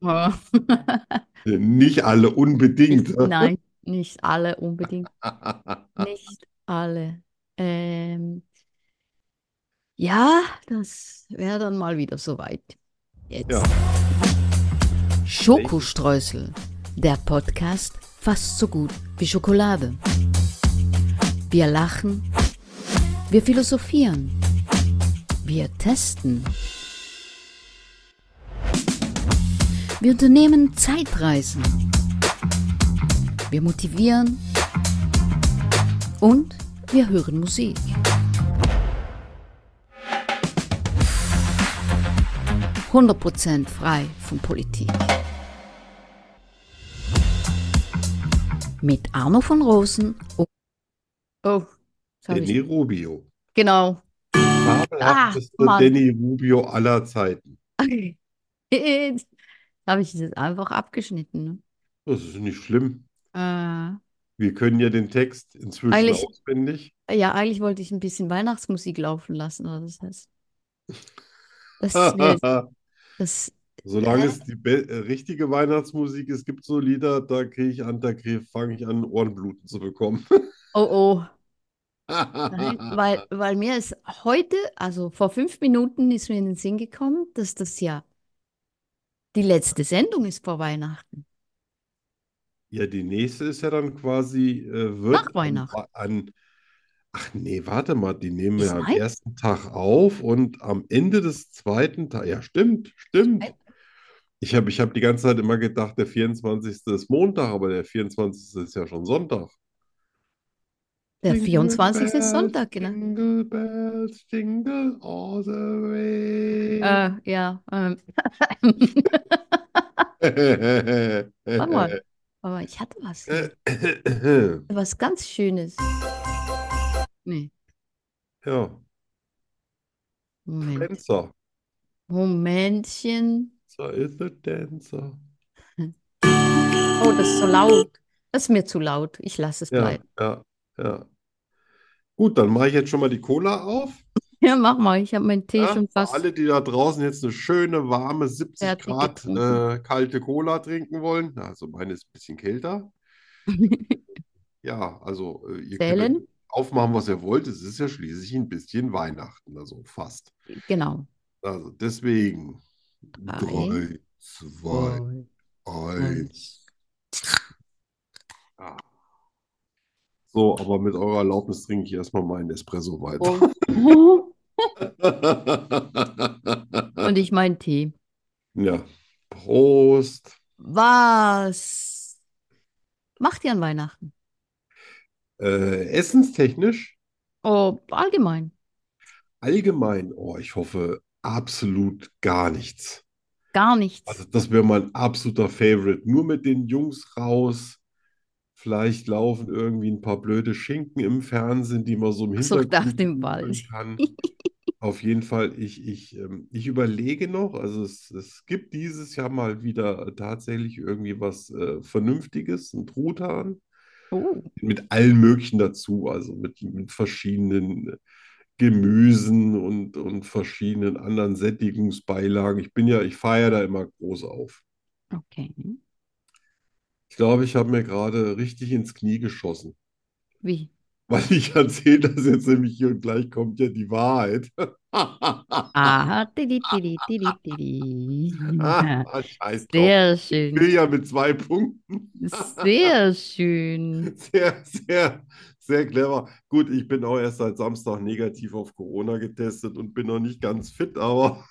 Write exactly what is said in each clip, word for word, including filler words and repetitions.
Oh. Nicht alle Nicht, unbedingt. nein, nicht alle unbedingt. Nicht alle. Ähm, ja, das wäre dann mal wieder soweit. Ja, Jetzt. welches? Schokostreusel, der Podcast fast so gut wie Schokolade. Wir lachen, wir philosophieren, wir testen, wir unternehmen Zeitreisen, wir motivieren und wir hören Musik. hundert Prozent frei von Politik. Mit Arno von Rosen und... Oh, das habe ich... Danny Rubio. Genau. Ah, Fabelhafteste Mann. Danny Rubio aller Zeiten. Jetzt habe ich das einfach abgeschnitten. Das ist nicht schlimm. Ne? Wir können ja den Text Äh, inzwischen eigentlich, auswendig. ja, eigentlich wollte ich ein bisschen Weihnachtsmusik laufen lassen, aber das heißt, das wäre jetzt, das, Solange hä? es die be- äh, richtige Weihnachtsmusik ist, gibt es so Lieder, da kriege ich an, da krieg, fange ich an, Ohrenbluten zu bekommen. Oh, oh. Nein, weil, weil mir ist heute, also vor fünf Minuten ist mir in den Sinn gekommen, dass das ja die letzte Sendung ist vor Weihnachten. Ja, die nächste ist ja dann quasi, äh, Nach wird an, Weihnachten. an, ach nee, warte mal, die nehmen wir Ist am nein? ersten Tag auf und am Ende des zweiten Tages, ja, stimmt, stimmt. Ich habe ich hab die ganze Zeit immer gedacht, der vierundzwanzigste ist Montag, aber der vierundzwanzigste ist ja schon Sonntag. Der Jingle vierundzwanzigste ist bells, Sonntag, genau. jingle bells, jingle all the way. Äh, ja. Ähm. Warte mal. Warte mal, ich hatte was hier. Was ganz Schönes. Nee, Ja, Moment. Dancer. Momentchen. So is a dancer. Oh, das ist so laut. Das ist mir zu laut. Ich lasse es Ja, bleiben. ja, ja. Gut, dann mache ich jetzt schon mal die Cola auf. Ja, mach mal. Ich habe meinen Tee Ja, schon für fast alle, die da draußen jetzt eine schöne, warme siebzig fertig Grad getrunken. äh, kalte Cola trinken wollen. Also meine ist ein bisschen kälter. Ja, also äh, ihr könnt euch Zählen? aufmachen, was ihr wollt. Es ist ja schließlich ein bisschen Weihnachten, also fast. Genau. Also deswegen Drei, drei, zwei, zwei, eins. eins. Ah. So, aber mit eurer Erlaubnis trinke ich erstmal meinen Espresso weiter. Prost. Und ich meinen Tee. Ja, Prost. Was macht ihr an Weihnachten? Äh, essenstechnisch, Oh, allgemein. allgemein, oh, ich hoffe absolut gar nichts. Gar Also nichts. das wäre mein absoluter Favorite. Nur mit den Jungs raus. Vielleicht laufen irgendwie ein paar blöde Schinken im Fernsehen, die man so im Ach so, ich Hintergrund dachte im bejubeln Wald. kann. Auf jeden Fall, ich, ich, ähm, ich überlege noch, also es, es gibt dieses Jahr mal wieder tatsächlich irgendwie was äh, Vernünftiges, ein Truthahn Oh, mit allem Möglichen dazu, also mit, mit verschiedenen Gemüsen und, und verschiedenen anderen Sättigungsbeilagen. Ich bin ja, ich fahre ja da immer groß auf. okay. Ich glaube, ich habe mir gerade richtig ins Knie geschossen, Wie? weil ich erzähle das jetzt nämlich hier und gleich kommt ja die Wahrheit. Aha, tidi, tidi, tidi, tidi. Ah, scheiß drauf. Sehr Ich schön. will ja mit zwei Punkten. Sehr schön. Sehr, sehr, sehr clever. Gut, ich bin auch erst seit Samstag negativ auf Corona getestet und bin noch nicht ganz fit, aber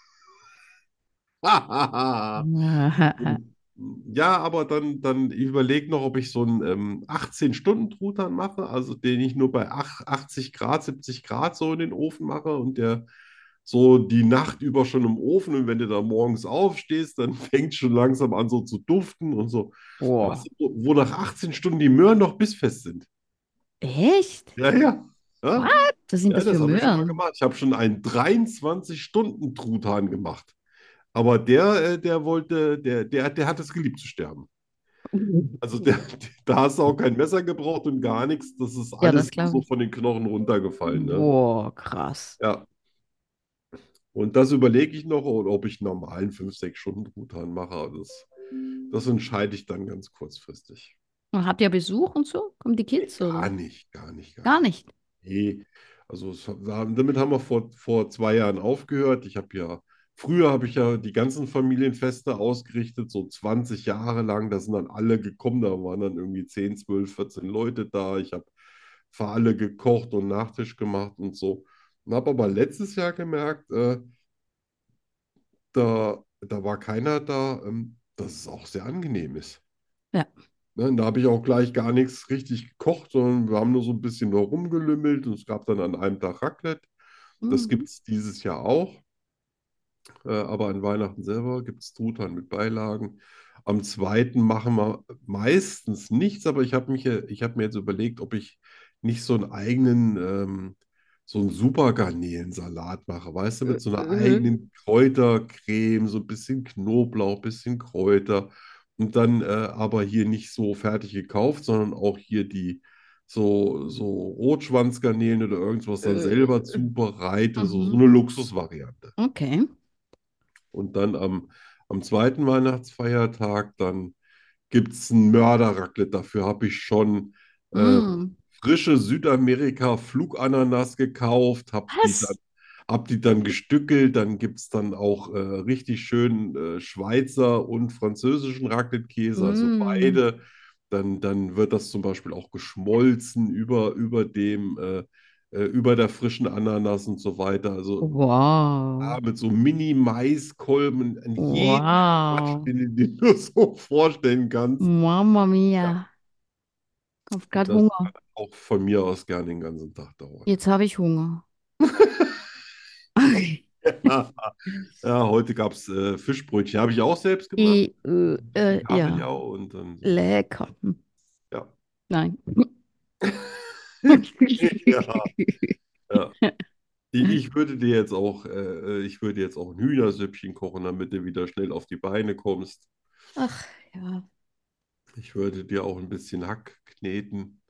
ja, aber dann, dann ich überlege noch, ob ich so einen ähm, achtzehn-Stunden-Truthahn mache, also den ich nur bei ach- achtzig Grad, siebzig Grad so in den Ofen mache und der so die Nacht über schon im Ofen und wenn du da morgens aufstehst, dann fängt schon langsam an so zu duften und so. Boah. Weißt du, wo wo nach achtzehn Stunden die Möhren noch bissfest sind. Echt? Ja, ja. Was? Ja, Was sind ja, das für das habe ich schon mal Möhren? gemacht. Ich habe schon einen dreiundzwanzig-Stunden-Truthahn gemacht. Aber der, äh, der wollte, der, der, der hat es geliebt zu sterben. Also der, da hast du auch kein Messer gebraucht und gar nichts. Das ist Ja, alles das glaube so ich. von den Knochen runtergefallen, ne? Boah, krass. Ja. Und das überlege ich noch, oder ob ich einen normalen fünf sechs Stunden Truthahn mache. Das, Das entscheide ich dann ganz kurzfristig. Und habt ihr Besuch und so? Kommen die Nee, Kids gar oder? nicht, gar nicht, gar Gar nicht. nicht. Nee, also es, damit haben wir vor, vor zwei Jahren aufgehört. Ich habe ja, früher habe ich ja die ganzen Familienfeste ausgerichtet, so zwanzig Jahre lang. Da sind dann alle gekommen, da waren dann irgendwie zehn, zwölf, vierzehn Leute da. Ich habe für alle gekocht und Nachtisch gemacht und so. Und habe aber letztes Jahr gemerkt, äh, da, da war keiner da, ähm, dass es auch sehr angenehm ist. Ja. Ne, und da habe ich auch gleich gar nichts richtig gekocht, sondern wir haben nur so ein bisschen nur rumgelümmelt und es gab dann an einem Tag Raclette. Das Mhm. gibt es dieses Jahr auch, äh, aber an Weihnachten selber gibt es Truthahn mit Beilagen. Am zweiten machen wir meistens nichts, aber ich habe mich, ja- ich habe mir jetzt überlegt, ob ich nicht so einen eigenen, ähm, so einen Supergarnelensalat mache, weißt du, Äh, mit so einer äh, eigenen Kräutercreme, so ein bisschen Knoblauch, bisschen Kräuter und dann äh, aber hier nicht so fertig gekauft, sondern auch hier die so, so Rotschwanzgarnelen oder irgendwas dann selber äh, zubereite, so, so Mhm. eine Luxusvariante. Okay. Und dann am, am zweiten Weihnachtsfeiertag, dann gibt es ein Mörder-Raclette. Dafür habe ich schon äh, Mm. frische Südamerika-Flugananas gekauft, habe die dann, Was? hab die dann gestückelt. Dann gibt es dann auch äh, richtig schön äh, Schweizer und französischen Raclette-Käse, also Mm. beide. Dann, dann wird das zum Beispiel auch geschmolzen über, über dem, äh, äh, über der frischen Ananas und so weiter. Also Wow. ja, mit so Mini-Maiskolben an jeden Quatsch, Wow. den du dir nur so vorstellen kannst. Mamma Ja, mia. Hab und grad das Hunger. kann auch von mir aus gerne den ganzen Tag dauern. Jetzt habe ich Hunger. Ja, ja, heute gab es äh, Fischbrötchen, habe ich auch selbst gemacht. I, äh, Ein bisschen äh, ja, Kabeljau und dann so. lecker. Hm. Ja. Nein. Ja, ja. Ich ich würde dir jetzt auch, äh, äh, ich würde jetzt auch ein Hühnersüppchen kochen, damit du wieder schnell auf die Beine kommst. Ach ja. Ich würde dir auch ein bisschen Hack kneten.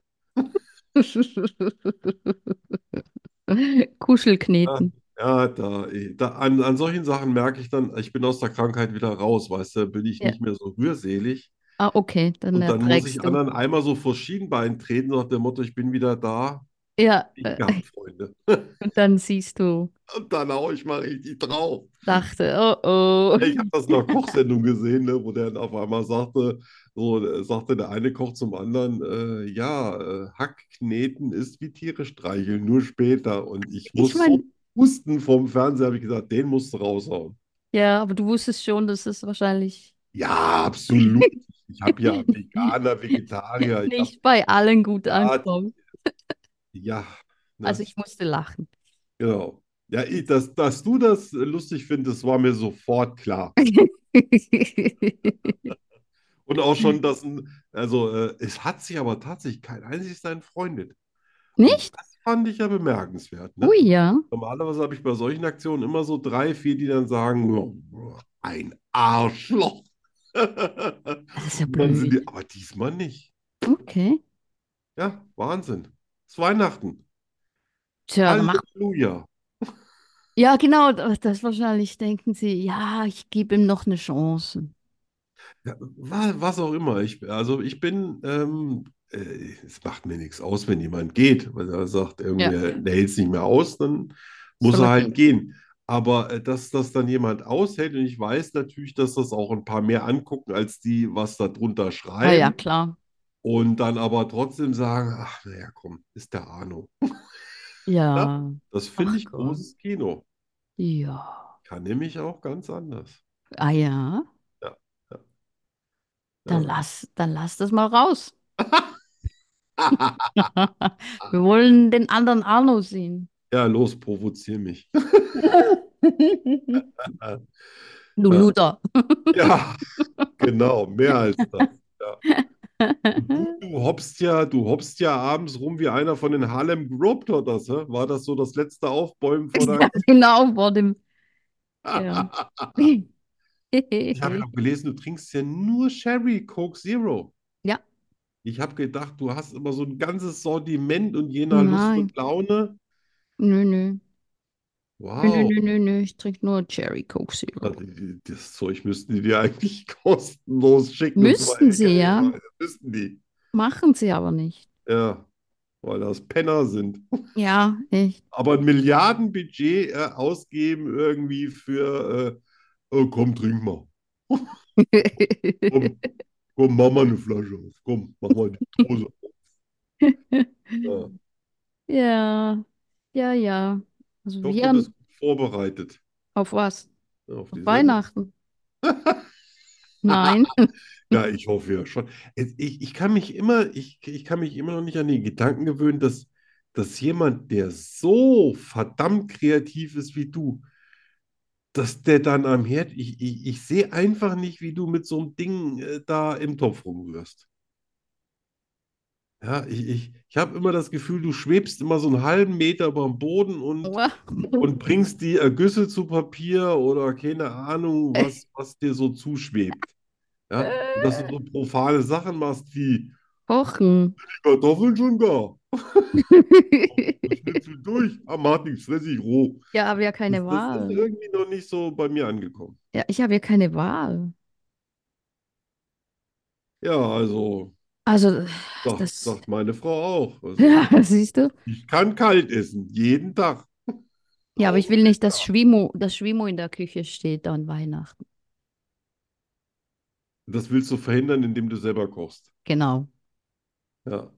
Ja, Kuschelkneten. ja, da, da an, an solchen Sachen merke ich dann, ich bin aus der Krankheit wieder raus, weißt du, bin ich Ja. nicht mehr so rührselig. Ah, okay, dann Und dann muss ich erträgst du. anderen einmal so vor Schienbein treten, so nach dem Motto, ich bin wieder da. Ja, Ich äh, gehabt, Freunde. und dann siehst du, Und dann hau ich mal richtig drauf. dachte, oh oh. Ich habe das in einer Kochsendung gesehen, ne, wo der dann auf einmal sagte, so äh, sagte der eine Koch zum anderen, äh, ja, äh, Hack kneten ist wie Tiere streicheln, nur später. Und ich Ich muss so meine, husten vom Fernseher, habe ich gesagt, den musst du raushauen. ja, aber du wusstest schon, dass es wahrscheinlich Ja, absolut. Ich habe ja Veganer, Vegetarier, ich habe nicht bei allen gut ja, ankommt. ja, Also ne, ich musste lachen. genau. Ja, ich, dass, dass du das lustig findest, war mir sofort klar. Und auch schon, dass ein, also äh, es hat sich aber tatsächlich kein einziges sein entfreundet. Und Nicht? das fand ich ja bemerkenswert, ne? Ui, ja. Normalerweise habe ich bei solchen Aktionen immer so drei, vier, die dann sagen, "Oh, ein Arschloch." Das ist ja Und dann sind blöd. die, aber diesmal nicht. Okay. Ja, Wahnsinn. Es ist Weihnachten. Tja, dann mach. Halleluja. Ja, genau, das das wahrscheinlich denken sie, ja, ich gebe ihm noch eine Chance. Ja, wa- was auch immer. Ich, also ich bin, ähm, äh, es macht mir nichts aus, wenn jemand geht, weil er sagt, irgendwie, Ja, der hält es nicht mehr aus, dann muss soll er er halt gehen. gehen. Aber äh, dass das dann jemand aushält, und ich weiß natürlich, dass das auch ein paar mehr angucken, als die, was da drunter Ah ja, schreiben, klar. und dann aber trotzdem sagen, ach, naja, komm, ist der Arno. Ja, Ja. das finde Ach ich Gott. großes Kino. Ja. Kann nämlich auch ganz anders. Ah ja. Ja, ja, Dann ja. lass, dann lass das mal raus. Wir wollen den anderen Arno sehen. Ja, los, provozier mich. Du Ja, Luder. ja, genau, mehr als das. Ja. Und du, du hoppst ja, du hoppst ja abends rum wie einer von den Harlem Globetrotters, hä? War das so das letzte Aufbäumen vor Ja, deinem... genau, vor dem. Ja. Ich habe ja noch gelesen, du trinkst ja nur Sherry Coke Zero. Ja, Ich habe gedacht, du hast immer so ein ganzes Sortiment und je nach Lust nein. und Laune. Nö, nö. Nö, nö, Wow. nö, nö, nö, ich trinke nur Cherry Coke Zero. Also, die- das Zeug müssten die dir eigentlich kostenlos schicken, und zwar Müssten sie, ja. leckercherweise. Müssten die. Machen sie aber nicht. Ja, weil das Penner sind. Ja, echt. Aber ein Milliardenbudget äh, ausgeben irgendwie für, äh, oh, komm, trink mal. Komm, komm, mach mal eine Flasche auf. Komm, mach mal die Dose auf. Ja, Ja, ja, ja. Also ich hoffe, du bist wir gut vorbereitet, auf was? ja, auf Auf die Sendung. Weihnachten? Nein. Ja, ich hoffe ja schon. Es- Ich, ich kann mich immer, ich, ich kann mich immer noch nicht an den Gedanken gewöhnen, dass, dass jemand, der so verdammt kreativ ist wie du, dass der dann am Herd, ich, ich, ich sehe einfach nicht, wie du mit so einem Ding äh, da im Topf rumrührst. Ja, ich, ich, ich habe immer das Gefühl, du schwebst immer so einen halben Meter über dem Boden und, Aua. und bringst die Ergüsse zu Papier oder keine Ahnung, was, was dir so zuschwebt. Ja, und dass du so profane Sachen machst wie Kochen. Kartoffeln schon gar. Das Schnitzel durch. Ah, Martin, fress ich roh. Ja, aber ja Das, keine das ist Wahl. irgendwie noch nicht so bei mir angekommen. Ja, ich habe ja keine Wahl. Ja, also, Also, sagt, das, sagt meine Frau auch. Also, ja, siehst du? ich kann kalt essen, jeden Tag. Ja, aber ich Auch will nicht, dass Winter. Schwimo, dass Schwimo in der Küche steht an Weihnachten. Das willst du verhindern, indem du selber kochst. Genau. Ja,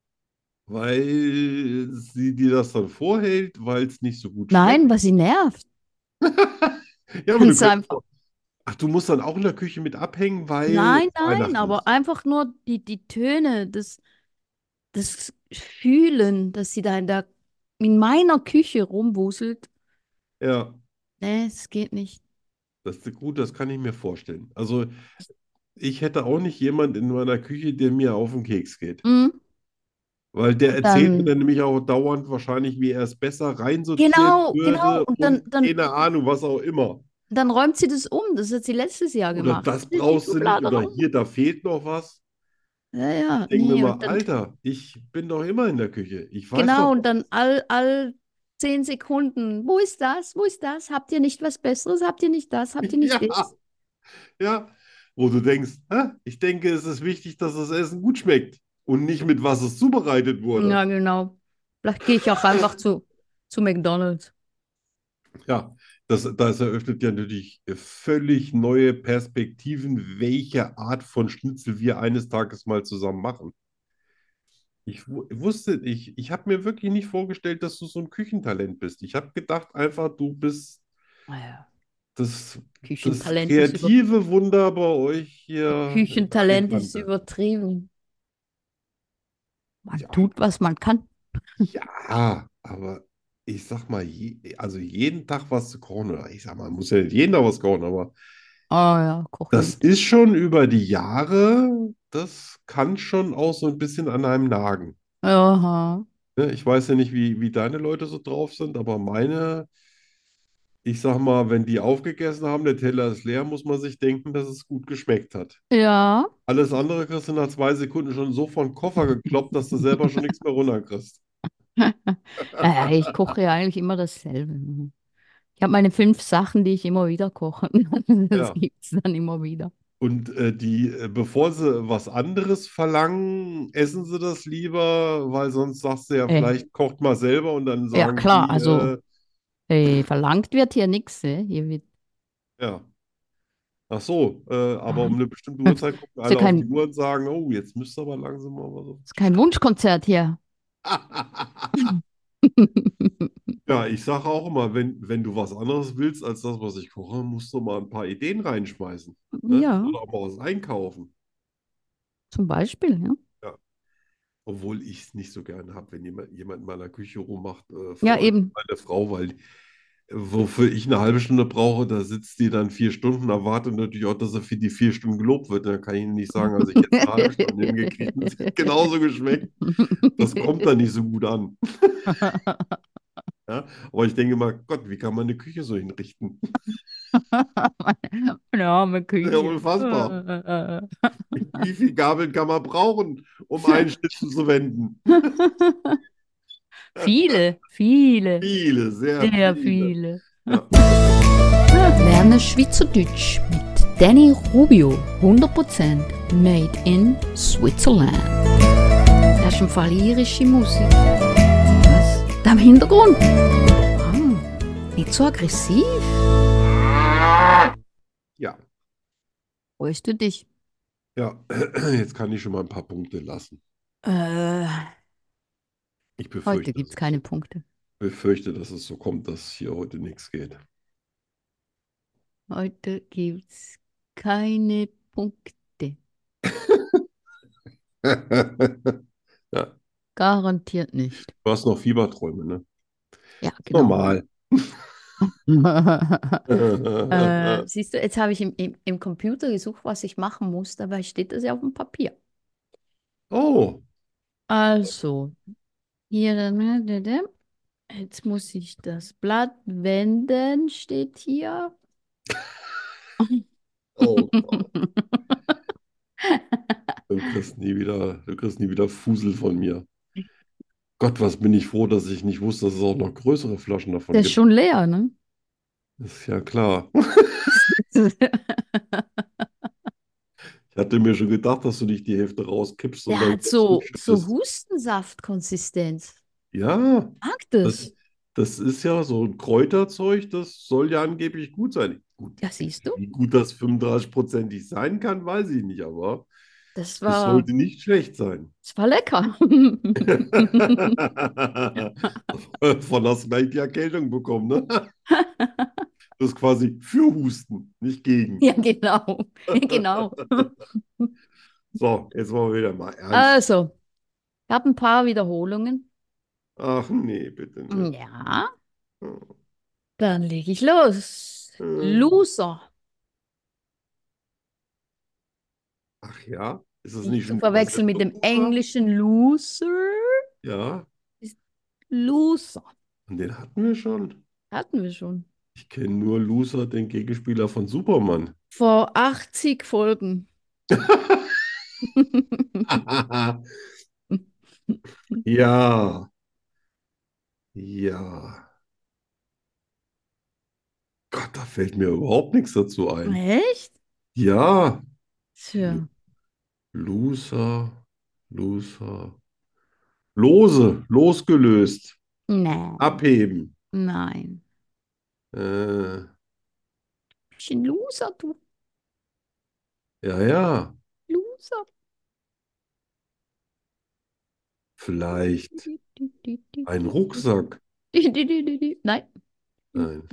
weil sie dir das dann vorhält, weil es nicht so gut Nein, schmeckt. was sie nervt. Ja, aber du Ganz könntest einfach. doch. Ach, du musst dann auch in der Küche mit abhängen, weil Nein, nein, Weihnachten aber ist. einfach nur die, die Töne, das, das Fühlen, dass sie da in der, in meiner Küche rumwuselt. Ja, Nee, es geht nicht. das ist gut, das kann ich mir vorstellen. Also, ich hätte auch nicht jemand in meiner Küche, der mir auf den Keks geht. Mm. Weil der Und erzählt mir dann, dann nämlich auch dauernd wahrscheinlich, wie er es besser reinsortieren genau, genau. würde Und dann, und dann, keine Ahnung, was auch immer. dann räumt sie das um. Das hat sie letztes Jahr Oder gemacht. das Die brauchst du nicht. Schublade Oder rum. hier, da fehlt noch was. Ja, Ich ja, denke mir nee. mal, Und dann, Alter, ich bin doch immer in der Küche. Ich weiß doch, genau, und was dann es ist. all, all zehn Sekunden. Wo ist das? Wo ist das? Habt ihr nicht was Besseres? Habt ihr nicht das? Habt ihr nicht Ja, das? ja. Wo du denkst, hä? Ich denke, es ist wichtig, dass das Essen gut schmeckt und nicht mit was es zubereitet wurde. Ja, genau. Vielleicht gehe ich auch einfach zu, zu McDonald's. Ja, das, das eröffnet ja natürlich völlig neue Perspektiven, welche Art von Schnitzel wir eines Tages mal zusammen machen. Ich wu- wusste, ich, ich habe mir wirklich nicht vorgestellt, dass du so ein Küchentalent bist. Ich habe gedacht einfach, du bist Naja, das, das Küchentalent ist über, kreative Wunder bei euch hier in Küchentalent ist Alicante. übertrieben. Man Ja, tut, was man kann. ja, aber ich sag mal, je, also jeden Tag was zu kochen, oder ich sag mal, man muss ja nicht jeden Tag was kochen, aber Ah ja, koche das ich. ist schon über die Jahre, das kann schon auch so ein bisschen an einem nagen. Aha. Ne? Ich weiß ja nicht, wie, wie deine Leute so drauf sind, aber meine, ich sag mal, wenn die aufgegessen haben, der Teller ist leer, muss man sich denken, dass es gut geschmeckt hat. Ja. Alles andere kriegst du nach zwei Sekunden schon so von den Koffer gekloppt, dass du selber schon nichts mehr runterkriegst. Naja, ich koche ja eigentlich immer dasselbe. Ich habe meine fünf Sachen, die ich immer wieder koche. Das Ja. gibt es dann immer wieder. Und äh, die, äh, bevor sie was anderes verlangen, essen sie das lieber, weil sonst sagst du ja, Äh, vielleicht kocht mal selber und dann ja, sagen klar, die, also äh, äh, verlangt wird hier nichts. Äh. Hier wird, ja, ach so, äh, aber um nein. eine bestimmte Ist Uhrzeit gucken ja alle auf die kein, Uhr und sagen, oh, jetzt müsste aber langsam mal was auf den ist Tisch kein kommen. Wunschkonzert hier. Ja, ich sage auch immer, wenn, wenn du was anderes willst als das, was ich koche, musst du mal ein paar Ideen reinschmeißen. Ne? Ja, Oder auch mal was einkaufen. zum Beispiel, ja. Ja. Obwohl ich es nicht so gerne habe, wenn jemand, jemand in meiner Küche rummacht, äh, Ja, vor allem eben. meine Frau, weil wofür ich eine halbe Stunde brauche, da sitzt die dann vier Stunden, erwartet natürlich auch, dass er für die vier Stunden gelobt wird. Da kann ich Ihnen nicht sagen, also ich jetzt eine halbe Stunde hingekriegt und sie hat genauso geschmeckt. Das kommt dann nicht so gut an. Ja? Aber ich denke mal, Gott, wie kann man eine Küche so hinrichten? Meine, meine arme Ja, Küche. unfassbar. Wie viel Gabeln kann man brauchen, um einen Schnitzel zu wenden? Viele, viele, Viele, sehr sehr viele. viele. Ja. Lerne Schweizerdeutsch mit Danny Rubio. hundert Prozent made in Switzerland. Das ist im Fall irische Musik. Was? Da im Hintergrund? Ah, nicht so aggressiv. Ja. Freust du dich? Ja, jetzt kann ich schon mal ein paar Punkte lassen. Äh, Ich heute befürchte, gibt dass es es keine so, Punkte. befürchte, dass es so kommt, dass hier heute nichts geht. Heute gibt es keine Punkte. Ja, Garantiert nicht. du hast noch Fieberträume, ne? Ja, Ist genau. normal. Äh, siehst du, jetzt habe ich im, im, im Computer gesucht, was ich machen muss. Dabei steht das ja auf dem Papier. Oh, Also, hier, ne, ne, ne. Jetzt muss ich das Blatt wenden, steht hier. oh Gott. Du kriegst nie wieder, du kriegst nie wieder Fusel von mir. Gott, was bin ich froh, dass ich nicht wusste, dass es auch noch größere Flaschen davon Der ist gibt. schon leer, ne? Ist ja klar. Ich hatte mir schon gedacht, dass du nicht die Hälfte rauskippst und Der dann hat wieder so, so zurückschüttest. Hustensaftkonsistenz. Ja, Mag das, das? das ist ja so ein Kräuterzeug, das soll ja angeblich gut sein. Gut, Ja, siehst du? wie gut das fünfunddreißig-prozentig sein kann, weiß ich nicht, aber Das es war, sollte nicht schlecht sein. das war lecker. Von hast du gleich die Erkältung bekommen, ne? Das ist quasi für Husten, nicht gegen. Ja, genau. Genau. So, jetzt wollen wir wieder mal ernst. Also, ich habe ein paar Wiederholungen. Ach nee, bitte nicht. Ja, dann lege ich los. Hm. Loser. Ach ja, ist das Nicht nicht zu schon verwechseln mit Übersetzung, dem Loser? englischen Loser. Ja, Ist Loser. und den hatten wir schon. Hatten wir schon. Ich kenne nur Loser, den Gegenspieler von Superman. Vor achtzig Folgen. Ja, ja. Gott, da fällt mir überhaupt nichts dazu ein. Echt? Ja, Lo- Tja. Loser, Loser. Lose, losgelöst, Nein. abheben. Nein. Äh, Bist ein Loser, du. ja, ja, Loser. vielleicht ein Rucksack. Nein. Nein.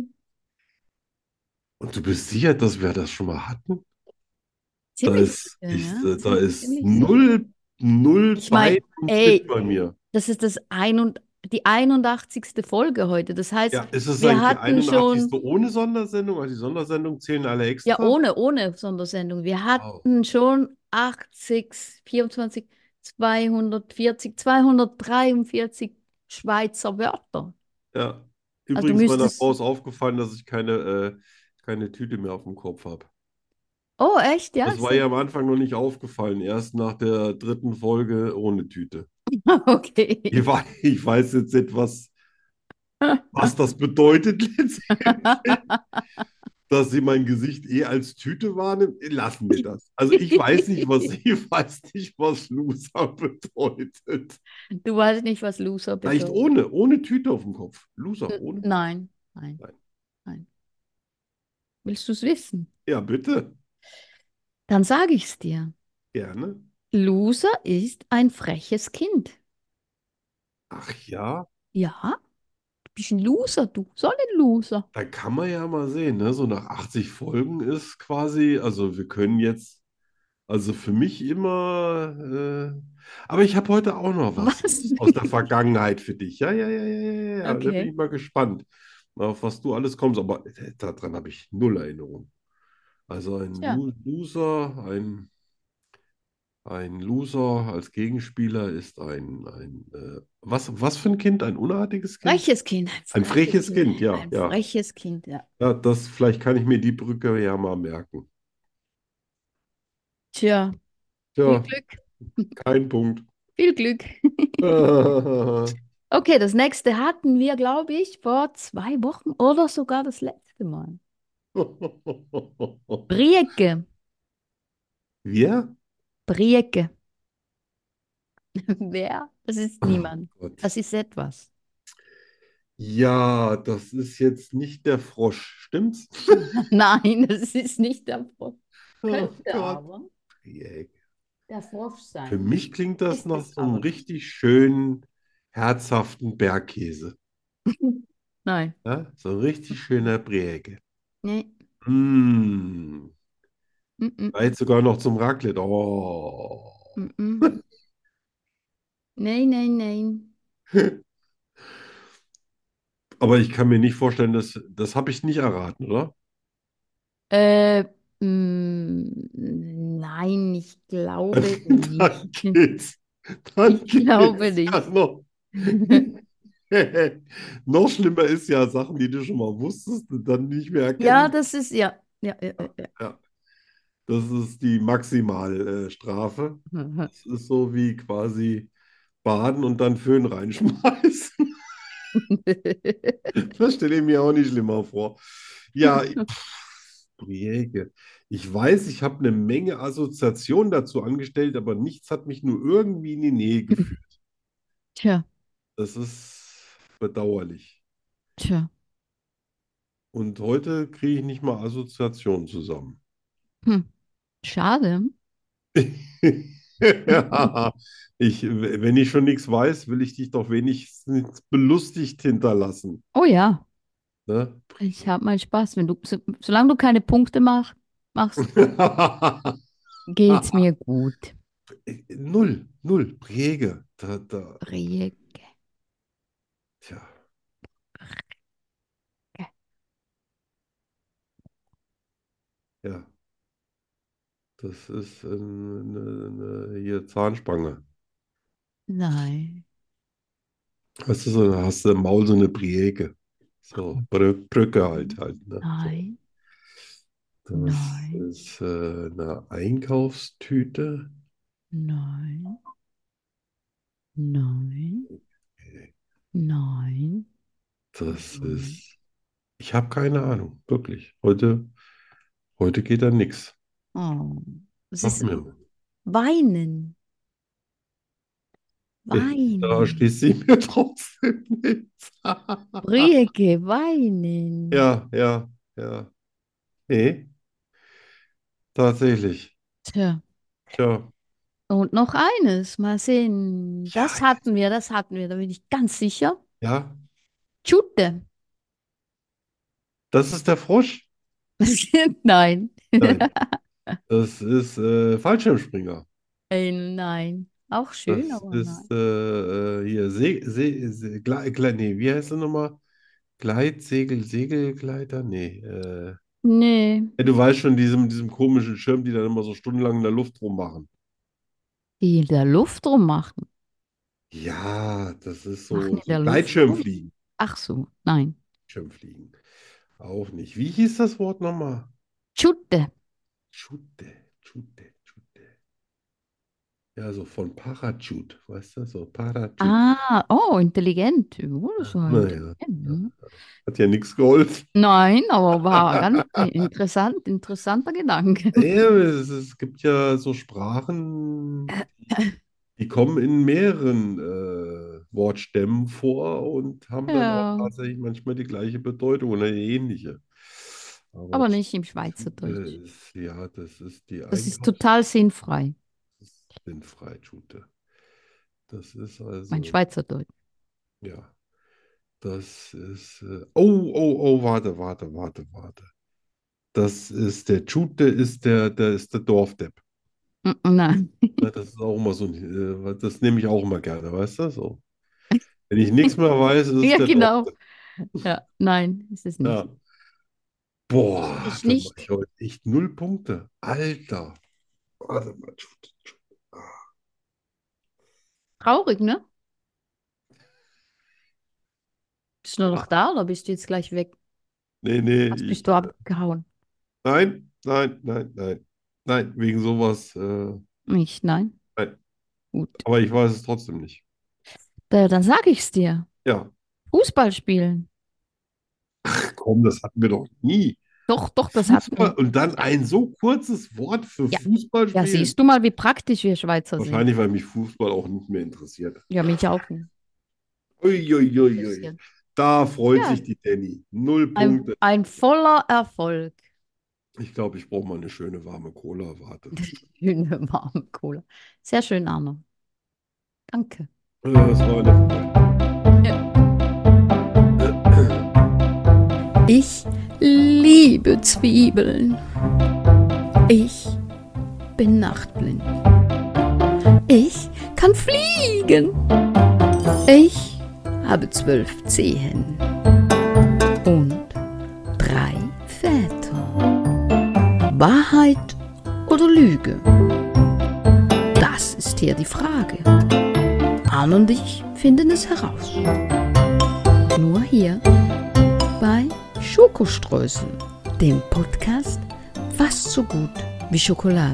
Und du bist sicher, dass wir das schon mal hatten? Da Ziemlich ist, sicher, ich, ja. äh, da Ziem- ist Ziemlich sicher. null, null Ich meine, Bein und Tritt ey, bei mir. das ist das ein und, die einundachtzigste Folge heute. Das heißt, Ja, ist es wir eigentlich die hatten schon, einundachtzigste ohne Sondersendung? Also die Sondersendungen zählen alle ja, extra? ohne, ohne Sondersendung, wir Wow. hatten schon achtzig, vierundzwanzig, zweihundertvierzig, zweihundertdreiundvierzig Schweizer Wörter. Ja. Also du Übrigens, meiner Frau müsstest, ist aufgefallen, dass ich keine, äh, keine Tüte mehr auf dem Kopf habe. oh, echt, ja? Das war ihr am Anfang noch nicht aufgefallen, erst nach der dritten Folge ohne Tüte. Ich Okay. weiß, ich weiß jetzt nicht, was, was das bedeutet letztendlich, dass sie mein Gesicht eh als Tüte wahrnimmt. Lassen wir das. Also ich weiß nicht, was ich weiß nicht, was Loser bedeutet. Du weißt nicht, was Loser Vielleicht bedeutet. ohne, ohne Tüte auf dem Kopf. Loser, N- ohne Tüte. Nein, nein, Nein. nein. Willst du es wissen? Ja, bitte. Dann sage ich es dir. Gerne. Loser ist ein freches Kind. Ach ja, Ja, du bist ein Loser, du. So ein Loser. da kann man ja mal sehen, ne? So nach achtzig Folgen ist quasi, also wir können jetzt, also für mich immer, äh, aber ich habe heute auch noch was Was? aus der Vergangenheit für dich. Ja, ja, ja, ja, ja, ja, ja. Da bin Okay. ich mal gespannt, auf was du alles kommst. Aber äh, daran habe ich null Erinnerung. Also ein Tja, Lo- Loser, ein, ein Loser als Gegenspieler ist ein, ein äh, was, was für ein Kind? Ein unartiges Kind? freches Kind, ein Ein freches freches Kind, Kind, ja, ein ja. freches Kind, ja. Ja, das, vielleicht kann ich mir die Brücke ja mal merken. Tja, viel Ja, Glück, kein Punkt. viel Glück. Okay, das nächste hatten wir, glaube ich, vor zwei Wochen oder sogar das letzte Mal. Brieke. Wir? Brieke. Wer? Das ist Oh niemand. Gott. Das ist etwas. Ja, das ist jetzt nicht der Frosch, stimmt's? Nein, das ist nicht der Frosch. Oh Könnte Gott. aber Dreieck. der Frosch Für sein. mich klingt das Ist nach es so einem aber nicht. richtig schönen, herzhaften Bergkäse. Nein. Ja? So ein richtig schöner Bräge. Nee. Mm. Mm, mm, Vielleicht sogar noch zum Raclette. Oh. mm, mm. Nein, nein, nein. Aber ich kann mir nicht vorstellen, dass das habe ich nicht erraten, oder? Äh, mm, nein, ich glaube nicht. Dann geht's. Dann Ich glaube geht's ja nicht. noch. Noch schlimmer ist ja Sachen, die du schon mal wusstest und dann nicht mehr Ja, erkennen. das ist, ja. Ja, ja, ja, ja. Ja, das ist die Maximalstrafe. Das ist so wie quasi baden und dann Föhn reinschmeißen. Das stelle ich mir auch nicht schlimmer vor. Ja, pff, Briege. Ich weiß, ich habe eine Menge Assoziationen dazu angestellt, aber nichts hat mich nur irgendwie in die Nähe geführt. Tja, Das ist bedauerlich. tja. Und heute kriege ich nicht mal Assoziationen zusammen. Hm. Schade. Ja, ich, wenn ich schon nichts weiß, will ich dich doch wenigstens belustigt hinterlassen. Oh ja, Ne? ich habe mal Spaß. Wenn du, so, solange du keine Punkte mach, machst, geht's mir gut. Null, null, Präge. Da, da, Brieke. tja, ja, das ist eine, eine, eine hier Zahnspange. Nein, Weißt du, so, da hast du im Maul so eine Präge. So, Brü Brücke halt, halt, ne? So. nein, Das nein, ist äh, eine Einkaufstüte. nein, nein, nein, Das nein. ist, ich habe keine Ahnung, wirklich. Heute, heute geht da nichts. Oh, es Sag ist mir mal. Weinen. Da Weinen. schließt sie mir trotzdem nichts. Brieke, weinen. Ja, ja, ja. Nee, tatsächlich. Tja. Tja, Und noch eines. Mal sehen. ja, Das hatten wir, das hatten wir, da bin ich ganz sicher. ja, Tschute. das ist der Frosch. Nein. Nein, das ist äh, Fallschirmspringer. Ey, nein. Auch schön, Das aber nein. ist äh, äh, hier See, See, See, Gle, Gle, nee, wie heißt das nochmal? Gleitsegel, Segelgleiter? Nee. Äh, Nee. ja, du weißt schon, diesem, diesem komischen Schirm, die dann immer so stundenlang in der Luft rummachen. Die in der Luft rummachen. Ja, das ist Machen so, in so der Luft rum. Gleitschirmfliegen. Ach so, nein. Schirmfliegen. Auch nicht. Wie hieß das Wort nochmal? Tschute. Chute, Chute, Chute. Ja, so von Parachute, weißt du? So Parachute. Ah, oh, intelligent. Oh, das war Naja, intelligent. ja, Ne? hat ja nichts geholfen. Nein, aber war ganz interessant, interessanter Gedanke. Ja, es, es gibt ja so Sprachen, die kommen in mehreren äh, Wortstämmen vor und haben dann auch Ja, tatsächlich manchmal die gleiche Bedeutung oder eine ähnliche. Aber aber nicht im Chute Schweizerdeutsch. ist, ja, das ist die Das ist Einkaufs... total sinnfrei, Sinnfrei, Chute. Das ist mein also, Schweizerdeutsch. ja, das ist... Äh, oh, oh, oh, warte, warte, warte, warte. Das ist der Chute, ist der, der ist der Dorfdepp. Mm, Nein. Ja, das ist auch immer so ein, äh, das nehme ich auch immer gerne, weißt du? So. Wenn ich nichts mehr weiß, ist es Ja, der genau. Dorfdepp. Ja, nein, ist es nicht. Ja. Boah, Ich da mache ich nicht. heute echt null Punkte. Alter. Warte mal. Traurig, ne? Bist du nur noch Ja. da oder bist du jetzt gleich weg? Nee, nee, Was bist ich. du abgehauen? Nein, nein, nein, nein. Nein, wegen sowas. Äh, Nicht, nein. nein. Gut. Aber ich weiß es trotzdem nicht. Da, dann sage ich's dir. Ja, Fußball spielen. komm, das hatten wir doch nie. Doch, doch, das hatten Fußball wir. und dann ein so kurzes Wort für Ja, Fußball ja, spielen. siehst du mal, wie praktisch wir Schweizer sind. Wahrscheinlich, weil mich Fußball auch nicht mehr interessiert. Ja, mich auch nicht. Uiuiuiui. Interessiert. Da freut Ja, sich die Danny. Null ein, Punkte. ein voller Erfolg. Ich glaube, ich brauche mal eine schöne warme Cola. Warte. Schöne warme Cola. Sehr schön, Arno. Danke. Äh, Das war eine. Ich liebe Zwiebeln. Ich bin nachtblind. Ich kann fliegen. Ich habe zwölf Zehen und drei Väter. Wahrheit oder Lüge? Das ist hier die Frage. Arne und ich finden es heraus. Nur hier bei Schokoströßen, dem Podcast fast so gut wie Schokolade.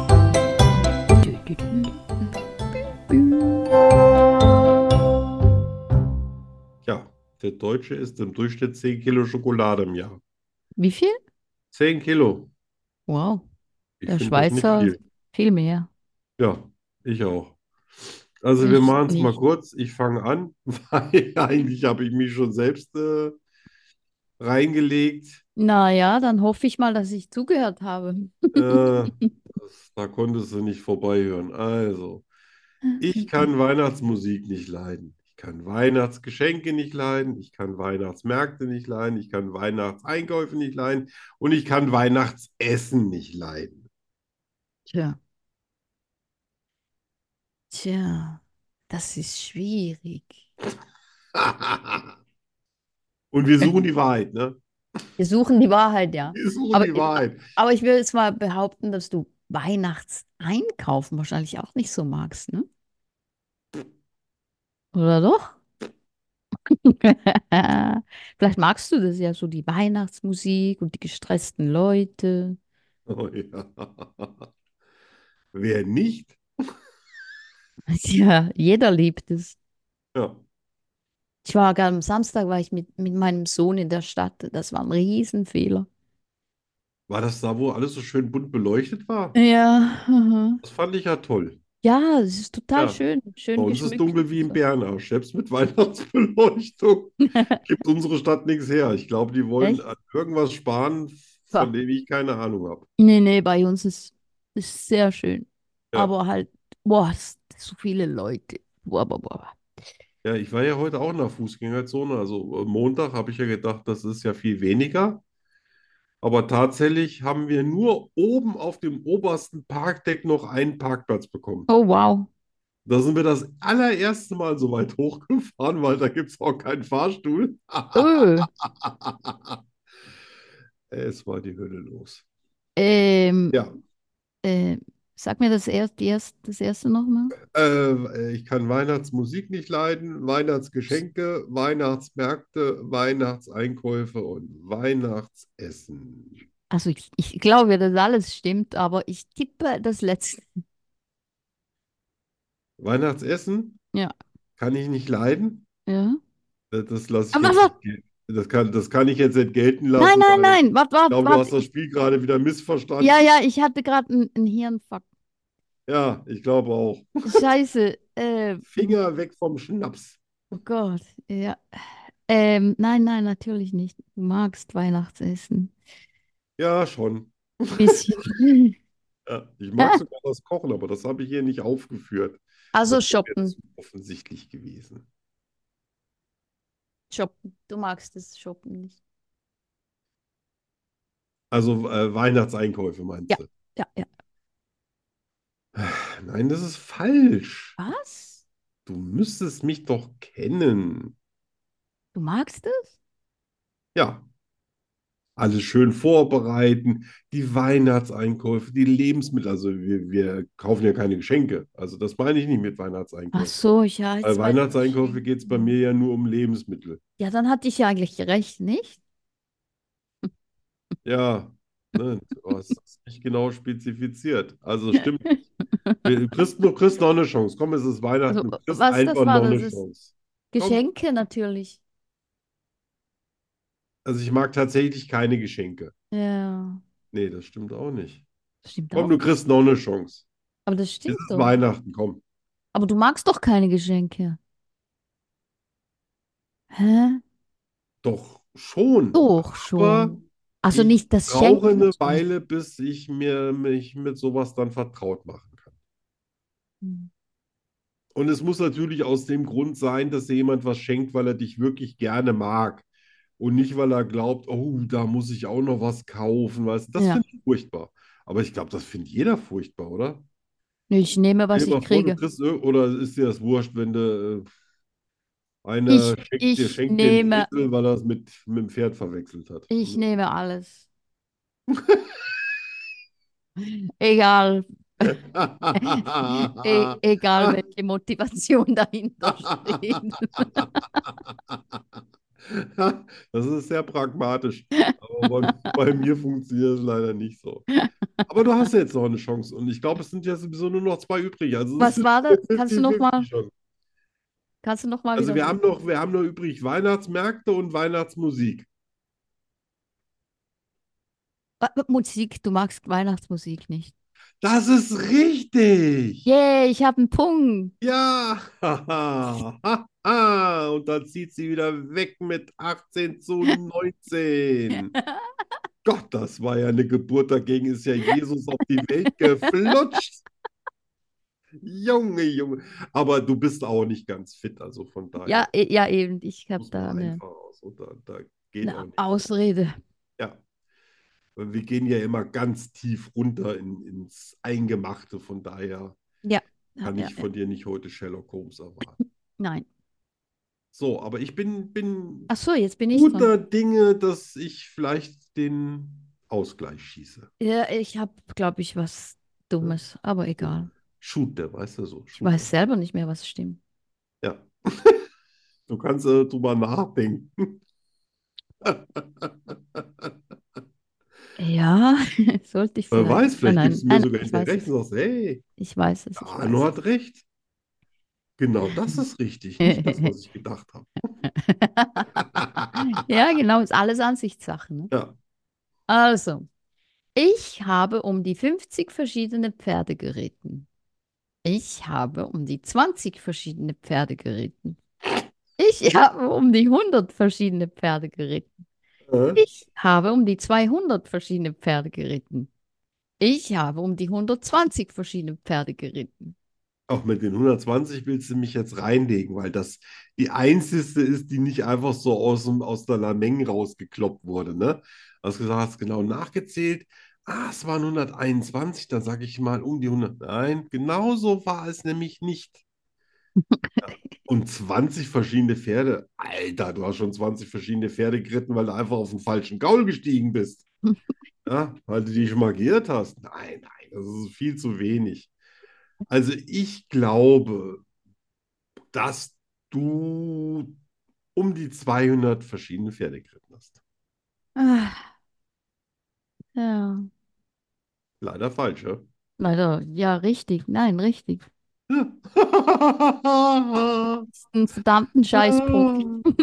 Ja, der Deutsche isst im Durchschnitt zehn Kilo Schokolade im Jahr. Wie viel? Zehn Kilo. Wow, Ich der finde das nicht Schweizer viel. viel mehr. Ja, ich auch. Also wir Ich machen es mal nicht. kurz. Ich fange an, weil eigentlich habe ich mich schon selbst äh, reingelegt. Naja, dann hoffe ich mal, dass ich zugehört habe. Äh, das, da konntest du nicht vorbeihören. Also, ich kann Weihnachtsmusik nicht leiden. Ich kann Weihnachtsgeschenke nicht leiden. Ich kann Weihnachtsmärkte nicht leiden. Ich kann Weihnachtseinkäufe nicht leiden. Und ich kann Weihnachtsessen nicht leiden. Tja, tja, das ist schwierig. Und wir suchen die Wahrheit, ne? Wir suchen die Wahrheit, ja. Wir suchen Aber, die Wahrheit. aber ich will jetzt mal behaupten, dass du Weihnachtseinkaufen wahrscheinlich auch nicht so magst, ne? Oder doch? Vielleicht magst du das ja so, die Weihnachtsmusik und die gestressten Leute. Oh, ja. Wer nicht? Ja, jeder liebt es. Ja. Ich war gerade am Samstag, war ich mit, mit meinem Sohn in der Stadt. Das war ein Riesenfehler. War das da, wo alles so schön bunt beleuchtet war? Ja, aha. Das fand ich ja toll. Ja, es ist total Ja. schön, Bei schön uns ist geschmückt dunkel und wie im so. Bärenarsch. Selbst mit Weihnachtsbeleuchtung gibt unsere Stadt nichts her. Ich glaube, die wollen Echt? an irgendwas sparen, von Ja. dem ich keine Ahnung habe. Nee, nee, bei uns ist ist sehr schön. Ja. Aber halt, boah, es sind so viele Leute. Boah, boah, boah. Ja, ich war ja heute auch in der Fußgängerzone. Also äh, Montag habe ich ja gedacht, das ist ja viel weniger. Aber tatsächlich haben wir nur oben auf dem obersten Parkdeck noch einen Parkplatz bekommen. Oh, wow. Da sind wir das allererste Mal so weit hochgefahren, weil da gibt es auch keinen Fahrstuhl. Öh. Es war die Hölle los. Ähm, Ja, äh, sag mir das erst, die erst, das erste nochmal. äh, ich kann Weihnactsmusik nicht leiden, Weihnachtsgeschenke, Weihnachtsmärkte, Weihnachtseinkäufe und Weihnachtsessen. Also ich, ich glaube, dass alles stimmt, aber ich tippe das letzte. Weihnachtsessen Ja, kann ich nicht leiden. ja. Das, das lasse ich Aber jetzt warte, nicht gelten. Das kann, das kann ich jetzt nicht gelten nein, lassen, nein, weil nein, warte, ich warte, glaube, du warte. hast das Ich, Spiel gerade wieder ja, missverstanden. ja, ich hatte gerade einen einen Hirnfuck. Ja, ich glaube auch. Scheiße. Äh, Finger weg vom Schnaps. oh Gott, ja. Ähm, nein, nein, natürlich nicht. Du magst Weihnachtsessen. Ja, schon. Bisschen. Ja, ich mag sogar das Kochen, aber das habe ich hier nicht aufgeführt. Also Das wäre mir shoppen. zu offensichtlich gewesen. Shoppen. Du magst das Shoppen nicht. Also äh, Weihnachtseinkäufe meinst Ja, du? ja, ja. Nein, das ist falsch. Was? Du müsstest mich doch kennen. Du magst es? Ja, alles schön vorbereiten, die Weihnachtseinkäufe, die Lebensmittel. Also wir, wir kaufen ja keine Geschenke. Also das meine ich nicht mit Ach Weihnachtseinkäufen. so, ja, Bei jetzt weiß ich Weihnachtseinkäufe Geschenk. geht es bei mir ja nur um Lebensmittel. Ja, dann hatte ich ja eigentlich recht, nicht? Ja, Ne, du hast es nicht genau spezifiziert. Also stimmt nicht. Du kriegst, du kriegst noch eine Chance. Komm, es ist Also, Weihnachten, du kriegst was das einfach war, noch das eine ist Chance. Komm. Geschenke natürlich. Also ich mag tatsächlich keine Geschenke. Ja, Nee, das stimmt auch nicht. das stimmt Komm, auch du nicht. kriegst noch eine Chance. Aber das Es stimmt ist doch. Weihnachten, komm. Aber du magst doch keine Geschenke. Hä? Doch schon. Doch Aber schon. Also ich nicht das brauche Schenken eine schon. Weile, bis ich mir mich mit sowas dann vertraut machen kann. Hm. Und es muss natürlich aus dem Grund sein, dass dir jemand was schenkt, weil er dich wirklich gerne mag. Und nicht, weil er glaubt, oh, da muss ich auch noch was kaufen. Weißt du, das Ja. finde ich furchtbar. Aber ich glaube, das findet jeder furchtbar, oder? Ich nehme, Stell was dir ich mal vor, du kriege. kriegst, ir- oder ist dir das wurscht, wenn du, äh, einer Ich, schenkt dir, ich schenkt dir einen nehme, Esel, weil er es mit, mit dem Pferd verwechselt hat. ich nehme alles. Egal, e egal welche Motivation dahinter steht. Das ist sehr pragmatisch. Aber bei, bei mir funktioniert es leider nicht so. Aber du hast ja jetzt noch eine Chance. Und ich glaube, es sind ja sowieso nur noch zwei übrig. Also es Was ist war das? eine Kannst du noch mal, fünfzig fünfzig. kannst du noch mal Also wir haben wiederholen? noch, wir haben noch übrig Weihnachtsmärkte und Weihnachtsmusik. Äh, Musik, du magst Weihnachtsmusik nicht. Das ist richtig. Yay, ich habe einen Punkt. Ja. Haha. Haha. Und dann zieht sie wieder weg mit achtzehn zu neunzehn. Gott, das war ja eine Geburt. Dagegen ist ja Jesus auf die Welt geflutscht. Junge, Junge. Aber du bist auch nicht ganz fit, also von Ja, daher e- ja eben, ich habe muss da man eine, einfach aus. Und da, da geht auch eine nicht mehr. Ausrede. Ja. Wir gehen ja immer ganz tief runter in, ins Eingemachte, von daher Ja, ja, kann ja, ich ja. von dir nicht heute Sherlock Holmes erwarten. Nein. So, aber ich bin, Ach bin so, jetzt bin ich dran. guter Dinge, dass ich vielleicht den Ausgleich schieße. Ja, ich habe, glaube ich, was Ne? Dummes, aber So, egal. Shooter, weißt du, so, Ich weiß Shooter. selber nicht mehr, was stimmt. Ja, du kannst äh, drüber nachdenken. Ja, sollte ich Wer vielleicht. weiß, Nein, vielleicht gibst nein, du mir nein, sogar ich hinterher weiß recht es. und sagst, hey, Ich weiß es, der ich Arno weiß hat recht. Genau das ist richtig, nicht das, was ich gedacht habe. Ja, genau, ist alles Ansichtssache, ne? Ja. Also, ich habe um die fünfzig verschiedene Pferde geritten. Ich habe um die zwanzig verschiedene Pferde geritten. Ich habe um die hundert verschiedene Pferde geritten. Äh? Ich habe um die zweihundert verschiedene Pferde geritten. Ich habe um die hundertzwanzig verschiedene Pferde geritten. Auch mit den hundertzwanzig willst du mich jetzt reinlegen, weil das die einzigste ist, die nicht einfach so aus, dem, aus der Lameng rausgekloppt wurde, ne? Hast gesagt, hast genau nachgezählt. Ah, es waren hunderteinundzwanzig, dann sage ich mal um die hundert. Nein, genau so war es nämlich nicht. Ja. Und zwanzig verschiedene Pferde. Alter, du hast schon zwanzig verschiedene Pferde geritten, weil du einfach auf den falschen Gaul gestiegen bist. Ja, weil du dich schon mal geirrt hast. Nein, nein, das ist viel zu wenig. Also ich glaube, dass du um die zweihundert verschiedene Pferde geritten hast. Ah, ja, Leider falsch, ja? leider, ja, richtig. Nein, richtig. Das ist ein verdammten Scheißpunkt.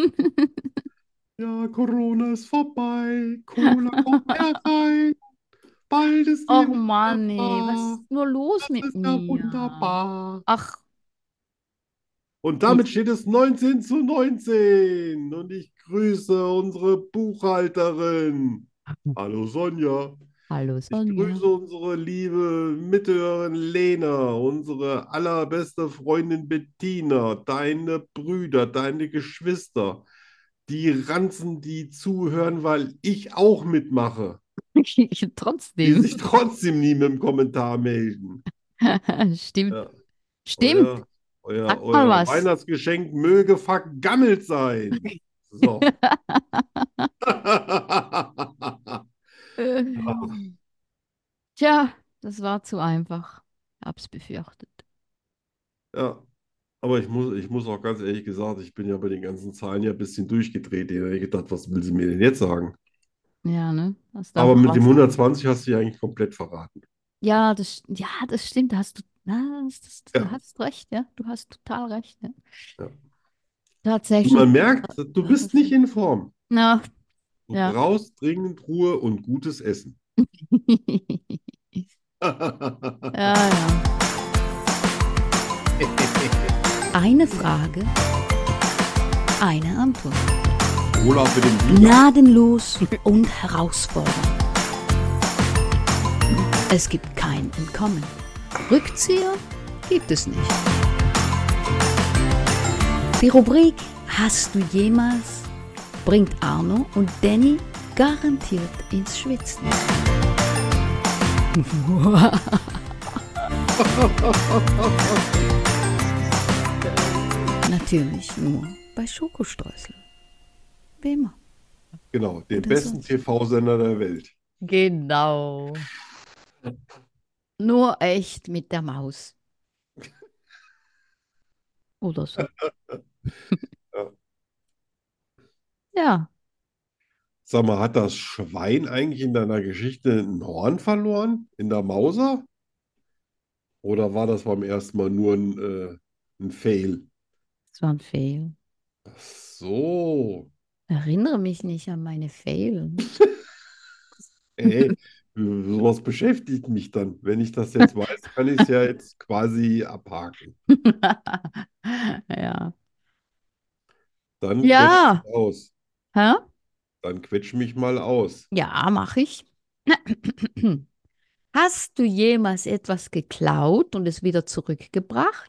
Ja, Corona ist vorbei, Cola kommt herein, bald ist die Och Welt wieder Mann, ey, was da. ist nur los Das mit ist ja mir? wunderbar. Ach, Und ich. damit steht es neunzehn zu neunzehn. Und ich grüße unsere Buchhalterin. Hallo Sonja. Hallo Ich Sonja. grüße unsere liebe Mithörerin Lena, unsere allerbeste Freundin Bettina, deine Brüder, deine Geschwister, die Ranzen, die zuhören, weil ich auch mitmache, die Trotzdem. sich trotzdem nie mit dem Kommentar melden. Stimmt. Ja, Stimmt. euer, euer, Sag mal euer was. Weihnachtsgeschenk möge vergammelt sein. So. Äh, Tja, das war zu einfach. Hab's befürchtet. Ja, aber ich muss, ich muss auch ganz ehrlich gesagt, ich bin ja bei den ganzen Zahlen ja ein bisschen durchgedreht. Ich habe gedacht, was will sie mir denn jetzt sagen? Ja, ne? Hast du Aber einfach mit dem was. hundertzwanzig hast du ja eigentlich komplett verraten. Ja, das, ja, das stimmt. Da hast du, na, das, das, du Ja, hast recht, ja. Du hast total recht, ja. ja. Und Tatsächlich. man merkt, du Ja, bist das nicht stimmt. in Form. Na, Du ja. brauchst dringend Ruhe und gutes Essen. Ja, ja. Eine Frage, eine Antwort. Cola für den Sieger. Gnadenlos und herausfordernd. Es gibt kein Entkommen. Rückzieher gibt es nicht. Die Rubrik Hast du jemals bringt Arno und Danny garantiert ins Schwitzen. Natürlich nur bei Schokostreusel. Wie immer. Genau, Wo dem denn besten sonst? T V-Sender der Welt. Genau. Nur echt mit der Maus. Oder so. Ja. Ja, Sag mal, hat das Schwein eigentlich in deiner Geschichte ein Horn verloren? In der Mauser? Oder war das beim ersten Mal nur ein, äh, ein Fail? das war ein Fail. Ach so. Erinnere mich nicht an meine Fail. Ey, sowas beschäftigt mich dann. Wenn ich das jetzt weiß, kann ich es ja jetzt quasi abhaken. Ja. Dann quetsch Ja. mich aus. Hä? Dann quetsch mich mal aus. Ja, mache ich. Hast du jemals etwas geklaut und es wieder zurückgebracht?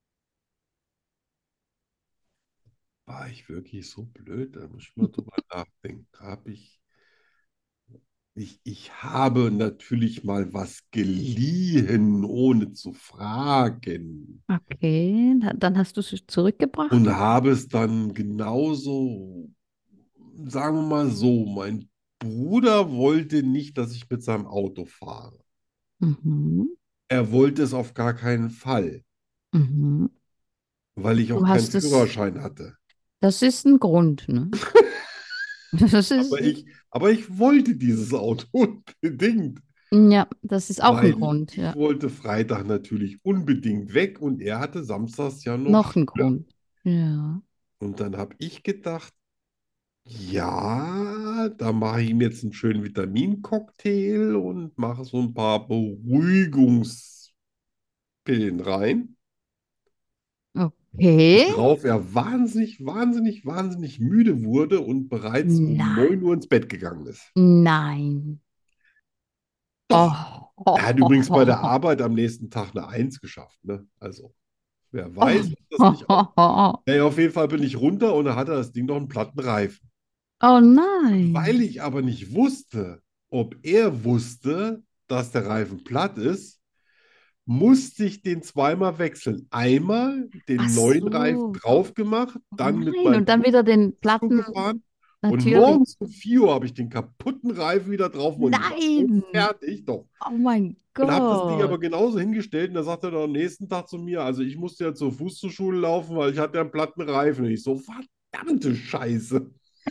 War ich wirklich so blöd? Da muss ich mal drüber nachdenken. Hab ich, ich, ich habe natürlich mal was geliehen, ohne zu fragen. Okay, da- dann hast du es zurückgebracht? Und habe es dann genauso, sagen wir mal so, mein Bruder wollte nicht, dass ich mit seinem Auto fahre. Mhm. Er wollte es auf gar keinen Fall, Mhm. weil ich auch Du keinen hast es, Führerschein hatte. das ist ein Grund, ne? Das ist, Aber ich, aber ich wollte dieses Auto unbedingt, ja, das ist auch ein weil Grund, ich ja. wollte Freitag natürlich unbedingt weg und er hatte samstags ja noch Noch ein Schule. Grund. Ja. Und dann habe ich gedacht, ja, da mache ich ihm jetzt einen schönen Vitamincocktail und mache so ein paar Beruhigungspillen rein, Okay. worauf er wahnsinnig, wahnsinnig, wahnsinnig müde wurde und bereits um Nein. neun Uhr ins Bett gegangen ist. Nein. Doch, Oh. er hat übrigens bei der Arbeit am nächsten Tag eine Eins geschafft, ne? Also, wer weiß, ob das nicht auch. Oh. Ja, ja, auf jeden Fall bin ich runter und da hatte das Ding noch einen platten Reifen. Oh Und nein. weil ich aber nicht wusste, ob er wusste, dass der Reifen platt ist, musste ich den zweimal wechseln. Einmal Ach den neuen Reifen so. drauf gemacht, Oh dann mit nein. meinem Und dann Bruder wieder den Disco Platten. gefahren und Natürlich. morgens um vier Uhr habe ich den kaputten Reifen wieder drauf und ich war so Nein. fertig, doch. Oh mein Und habe das Ding aber Gott. genauso hingestellt und da sagte er dann am nächsten Tag zu mir, also ich musste ja zur Fußballschule laufen, weil ich hatte ja einen platten Reifen. Und ich so, verdammte Scheiße.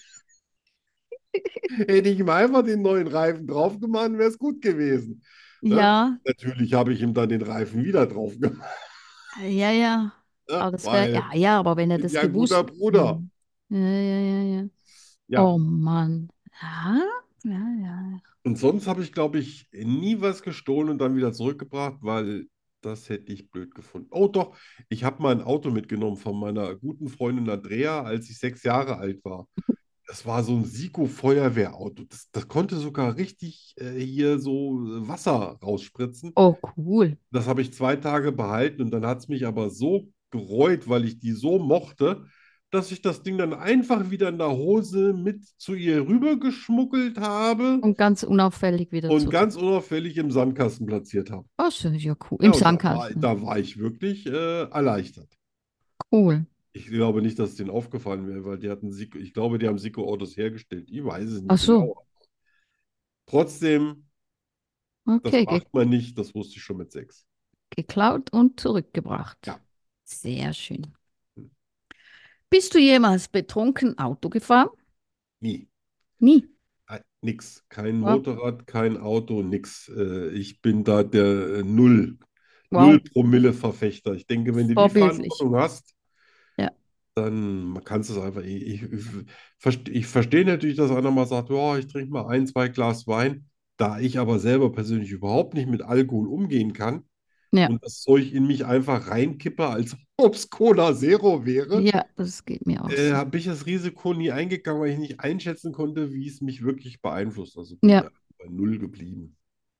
Hätte ich ihm einfach den neuen Reifen drauf gemacht, wäre es gut gewesen. Ne? Ja. Natürlich habe ich ihm dann den Reifen wieder drauf gemacht, Ja, ja. ne? Aber das wäre, Weil ja, ja, aber wenn er ich bin das ja ein guter gewusst. Bruder. Hm. Ja, ja, ja, ja. Ja, Oh Mann. Ja, ja, ja. und sonst habe ich, glaube ich, nie was gestohlen und dann wieder zurückgebracht, weil das hätte ich blöd gefunden. Oh doch, ich habe mal ein Auto mitgenommen von meiner guten Freundin Andrea, als ich sechs Jahre alt war. Das war so ein Siko-Feuerwehrauto. Das, das konnte sogar richtig äh, hier so äh, Wasser rausspritzen. Oh, cool. Das habe ich zwei Tage behalten und dann hat es mich aber so gereut, weil ich die so mochte, dass ich das Ding dann einfach wieder in der Hose mit zu ihr rübergeschmuggelt habe Und ganz unauffällig wieder und zurück. ganz unauffällig im Sandkasten platziert habe. Oh, das ist ja cool. Ja, Im und da war, Sandkasten. da war ich wirklich äh, erleichtert. Cool. Ich glaube nicht, dass es denen aufgefallen wäre, weil die hatten Siko, ich glaube, die haben Siko-Autos hergestellt. Ich weiß es Ach nicht so. genau. Trotzdem, das Okay, ge macht man nicht, das wusste ich schon mit sechs. geklaut und zurückgebracht. Ja, Sehr schön. Bist du jemals betrunken Auto gefahren? nie. Nie. äh, nix. Kein Wow. Motorrad, kein Auto, nix. Äh, ich bin da der äh, Null, Null Wow. Promille-Verfechter. Ich denke, wenn du die Vorbildlich. Verantwortung hast, Ja, dann kannst du es einfach. Ich, ich, ich verste- ich verstehe natürlich, dass einer mal sagt, ja, ich trinke mal ein, zwei Glas Wein. Da ich aber selber persönlich überhaupt nicht mit Alkohol umgehen kann ja, und das Zeug in mich einfach reinkippe, als ob es Cola Zero wäre, ja, das geht mir auch äh, so. habe ich das Risiko nie eingegangen, weil ich nicht einschätzen konnte, wie es mich wirklich beeinflusst. Also bin Ja, da bei Null geblieben.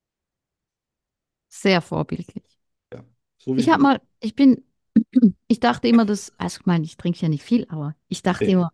sehr vorbildlich. Ja, so wie Ich du. habe mal, ich bin, ich dachte immer, dass, also ich meine, ich trinke ja nicht viel, aber ich dachte Nee. immer,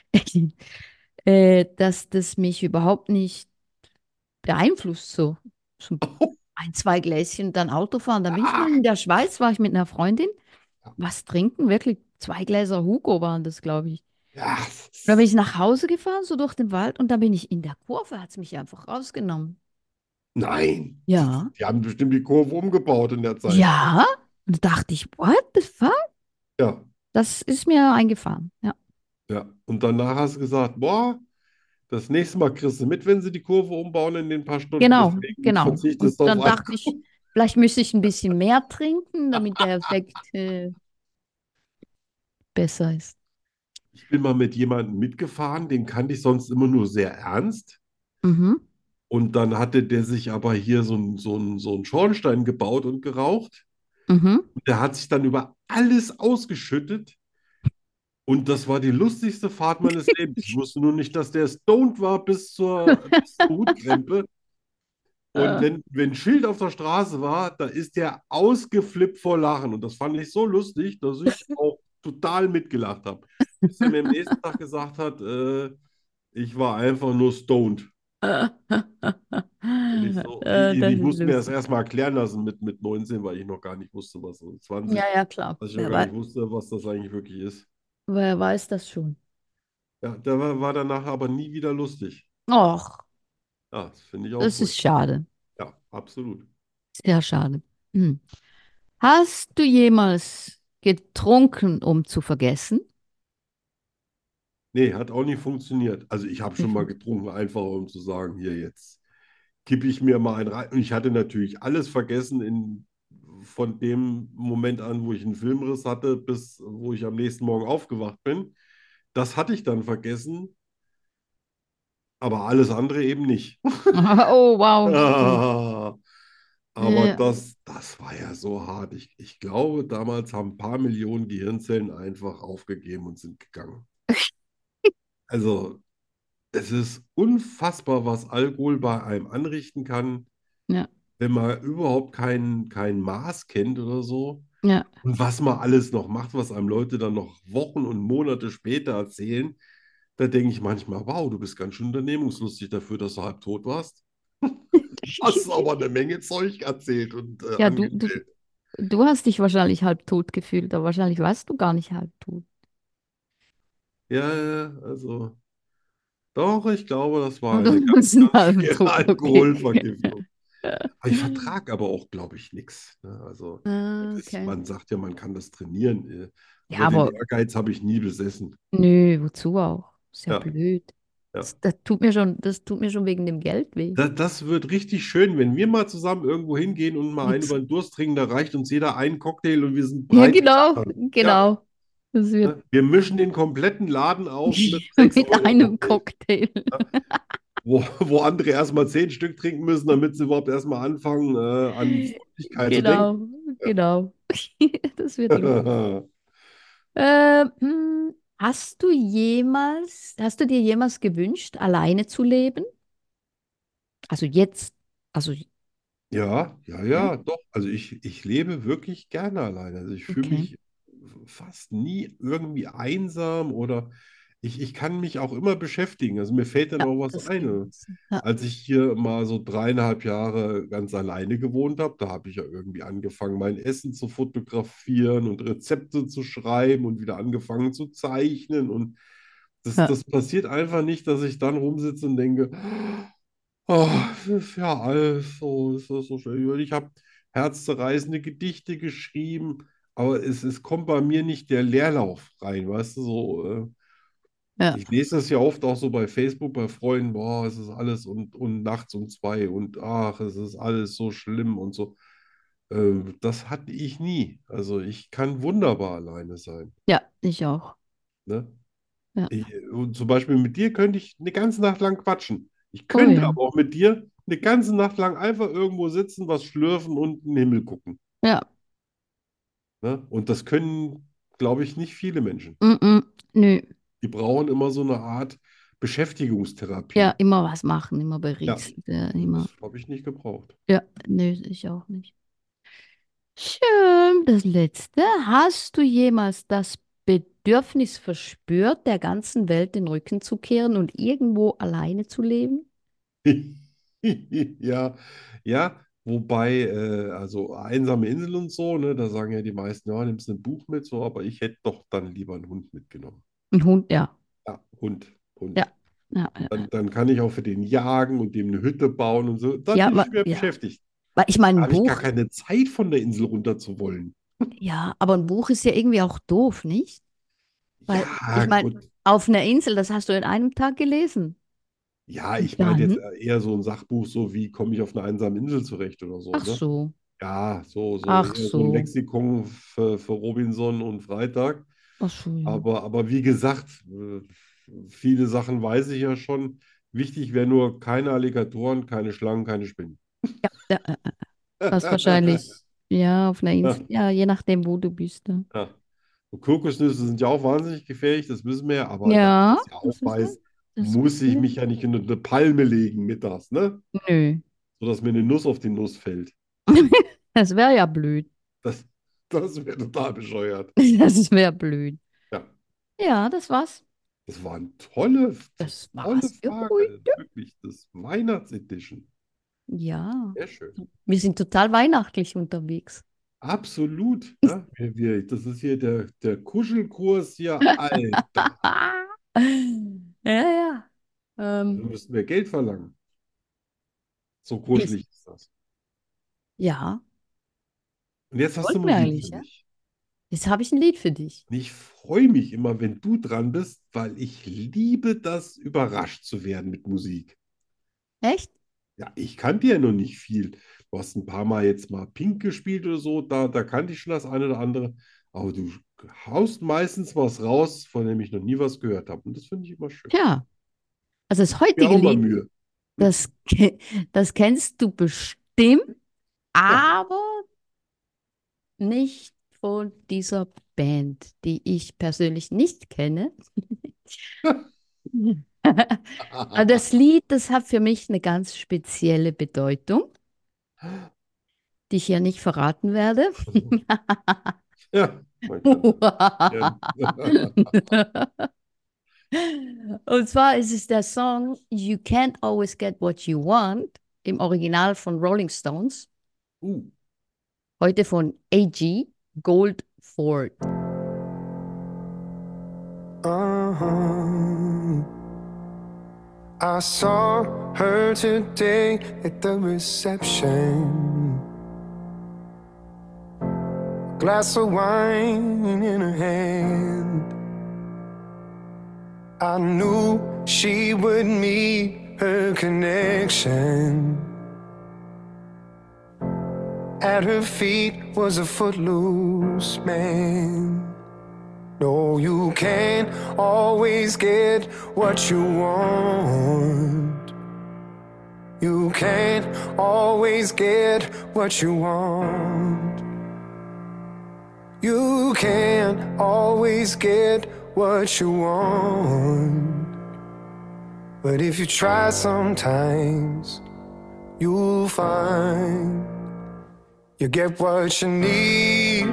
äh, dass das mich überhaupt nicht beeinflusst, so, so ein, zwei Gläschen, dann Autofahren. Dann bin ich mal Ah, in der Schweiz, war ich mit einer Freundin, ja, was trinken, wirklich zwei Gläser Hugo waren das, glaube ich. ja, Und dann bin s- ich nach Hause gefahren, so durch den Wald, und dann bin ich in der Kurve, hat es mich einfach rausgenommen. nein. Die, Ja, die haben bestimmt die Kurve umgebaut in der Zeit. ja. Und da dachte ich, what the fuck? Ja, Das ist mir eingefahren. Ja, ja. Und danach hast du gesagt, boah, das nächste Mal kriegst du mit, wenn sie die Kurve umbauen in den paar Stunden. genau, Deswegen genau. Und verzichtest du auf dann dachte Alkohol. ich, vielleicht müsste ich ein bisschen mehr trinken, damit der Effekt äh, besser ist. Ich bin mal mit jemandem mitgefahren, den kannte ich sonst immer nur sehr ernst. Mhm, Und dann hatte der sich aber hier so ein, so ein, so ein Schornstein gebaut und geraucht. mhm. Und der hat sich dann über alles ausgeschüttet. Und das war die lustigste Fahrt meines Lebens. Ich wusste nur nicht, dass der stoned war bis zur, bis zur Hutkrempe. Und Äh, wenn, wenn ein Schild auf der Straße war, da ist der ausgeflippt vor Lachen. Und das fand ich so lustig, dass ich auch total mitgelacht habe. Bis er mir am nächsten Tag gesagt hat, äh, ich war einfach nur stoned. äh, Und ich so, ich, das ich ist musste mir das lustig. erstmal erklären lassen mit, mit neunzehn, weil ich noch gar nicht wusste, was, so Ja, zwanzig, ja, klar. dass ich noch Wer gar weiß, nicht wusste, was das eigentlich wirklich ist. wer weiß das schon? Ja, der war, war danach aber nie wieder lustig. Och, Ja, das finde ich auch das ist furchtbar. schade. Ja, absolut. Sehr schade. Hm. Hast du jemals getrunken, um zu vergessen? Nee, hat auch nie funktioniert. Also ich habe Wie schon mal funktioniert? getrunken, einfach um zu sagen, hier jetzt kippe ich mir mal einen rein. Und ich hatte natürlich alles vergessen in, von dem Moment an, wo ich einen Filmriss hatte, bis wo ich am nächsten Morgen aufgewacht bin. Das hatte ich dann vergessen, aber alles andere eben nicht. Oh, wow. Hm. Ah, aber Ja, das, das war ja so hart. Ich, ich glaube, damals haben ein paar Millionen Gehirnzellen einfach aufgegeben und sind gegangen. Also, es ist unfassbar, was Alkohol bei einem anrichten kann, ja, wenn man überhaupt kein, kein Maß kennt oder so. ja. Und was man alles noch macht, was einem Leute dann noch Wochen und Monate später erzählen, da denke ich manchmal, wow, du bist ganz schön unternehmungslustig dafür, dass du halb tot warst. Hast aber eine Menge Zeug erzählt und äh, Ja, du, du, angestellt. du hast dich wahrscheinlich halb tot gefühlt, aber wahrscheinlich warst du gar nicht halb tot. Ja, ja, also doch, ich glaube, das war Und du eine ganz, bist ein ganz halb schwere tot, okay. Alkoholvergiftung. Aber ich vertrage aber auch, glaube ich, nichts. Ne? Also Ah, das, okay. man sagt ja, man kann das trainieren, äh, Ja, aber den aber Ehrgeiz habe ich nie besessen. nö, wozu auch? Ist ja Ja, blöd. ja. Das, das tut mir schon, das tut mir schon wegen dem Geld weh. Das, das wird richtig schön, wenn wir mal zusammen irgendwo hingehen und mal einen Und, über den Durst trinken, da reicht uns jeder einen Cocktail und wir sind ja, breit genau, geladen. Ja, genau. Das wird ne? Wir mischen den kompletten Laden auf mit sechs mit Euro einem Cocktail. Cocktail. Ja? Wo, wo andere erstmal zehn Stück trinken müssen, damit sie überhaupt erstmal anfangen, äh, an Freundlichkeit zu denken. Genau, genau. Das wird lustig. Äh, hm, hast du jemals, hast du dir jemals gewünscht, alleine zu leben? Also jetzt, also Ja, ja, ja, ja, doch. Also ich, ich lebe wirklich gerne alleine. Also ich fühle okay. mich fast nie irgendwie einsam oder ich, ich kann mich auch immer beschäftigen. Also mir fällt dann Ja, auch was das ein. gibt's. Ja, Als ich hier mal so dreieinhalb Jahre ganz alleine gewohnt habe, da habe ich ja irgendwie angefangen, mein Essen zu fotografieren und Rezepte zu schreiben und wieder angefangen zu zeichnen. Und das, ja, das passiert einfach nicht, dass ich dann rumsitze und denke, oh, es ist ja alles so, es ist so schön. Ich habe herzzerreißende Gedichte geschrieben, aber es, es kommt bei mir nicht der Leerlauf rein, weißt du, so. Äh, Ja, Ich lese das ja oft auch so bei Facebook, bei Freunden, boah, es ist alles und, und nachts um zwei und ach, es ist alles so schlimm und so. Äh, das hatte ich nie. Also ich kann wunderbar alleine sein. ja, ich auch. Ne? Ja. Ich, und zum Beispiel mit dir könnte ich eine ganze Nacht lang quatschen. Ich Oh könnte ja. aber auch mit dir eine ganze Nacht lang einfach irgendwo sitzen, was schlürfen und in den Himmel gucken. Ja. Ne? Und das können, glaube ich, nicht viele Menschen. Mm-mm. Nö. Die brauchen immer so eine Art Ja, Beschäftigungstherapie. immer was machen, immer Ja, berieseln. Ja, und immer. das habe ich nicht gebraucht. Ja, nö, ich auch nicht. Schön. Das letzte. Hast du jemals das Bedürfnis verspürt, der ganzen Welt den Rücken zu kehren und irgendwo alleine zu leben? Ja, ja, wobei, äh, also einsame Insel und so, ne, da sagen ja die meisten, ja, nimmst ein Buch mit, so, aber ich hätte doch dann lieber einen Hund mitgenommen. Ein Hund, ja. Ja, Hund, Ja. Hund. Ja, ja. Dann, dann kann ich auch für den jagen und dem eine Hütte bauen und so. Da Ja, bin ich wa- schwer ja. beschäftigt. Weil ich meine, Da ein habe ich gar Buch, keine Zeit, von der Insel runter zu wollen. ja, aber ein Buch ist ja irgendwie auch doof, nicht? Weil Ja, ich meine, gut. auf einer Insel, das hast du in einem Tag gelesen. Ja, Und ich meine jetzt dann? eher so ein Sachbuch, so wie komme ich auf einer einsamen Insel zurecht oder so, Ach ne? so. Ja, so, so Ach eher so ein so. Lexikon für, für Robinson und Freitag. Ach so, ja. Aber, aber wie gesagt, äh, viele Sachen weiß ich ja schon. Wichtig wäre nur keine Alligatoren, keine Schlangen, keine Spinnen. Ja, ja, ja. Das wahrscheinlich, ja, auf einer Insel, ja, je nachdem, wo du bist. Ja, Ja. Und Kokosnüsse sind ja auch wahnsinnig gefährlich, das wissen wir ja. Aber da ich ja, das ja auch das ist weiß, das muss wissen ich wir. mich ja nicht in eine Palme legen mittags, ne? Nö. Sodass mir eine Nuss auf die Nuss fällt. Das wäre ja blöd. Das, das wäre total bescheuert. Das wäre blöd. Ja, Ja, das war's. das war eine tolle, Das tolle war's für Frage. heute. Wirklich, das Weihnachtsedition. Ja, Sehr schön. wir sind total weihnachtlich unterwegs. Absolut. Ja? Wir, wir, das ist hier der, der Kuschelkurs hier, Alter. Ja, ja. Da Ähm, müssten wir Geld verlangen. So ist, kuschelig ist das. ja, Und jetzt hast du wollten wir Musik für eigentlich, ja? mich. Jetzt habe ich ein Lied für dich. Und ich freue mich immer, wenn du dran bist, weil ich liebe das, überrascht zu werden mit Musik. Echt? Ja, ich kannte ja noch nicht viel. Du hast ein paar Mal jetzt mal Pink gespielt oder so, da, da kannte ich schon das eine oder andere. Aber du haust meistens was raus, von dem ich noch nie was gehört habe. Und das finde ich immer schön. Tja, also das Mir heutige auch mal Lied, Mühe. das, ke- das kennst du bestimmt, Ja. aber nicht von dieser Band, die ich persönlich nicht kenne. Aber das Lied, das hat für mich eine ganz spezielle Bedeutung, die ich hier nicht verraten werde. Also, ja, man kann ja. Ja. Und zwar ist es der Song You Can't Always Get What You Want im Original von Rolling Stones, Uh. heute von A G Goldford. Uh-huh. I saw her today at the reception. Glass of wine in her hand. I knew she would meet her connection. At her feet was a footloose man. No, you can't always get what you want. You can't always get what you want. You can't always get what you want. But if you try sometimes, you'll find you get what you need.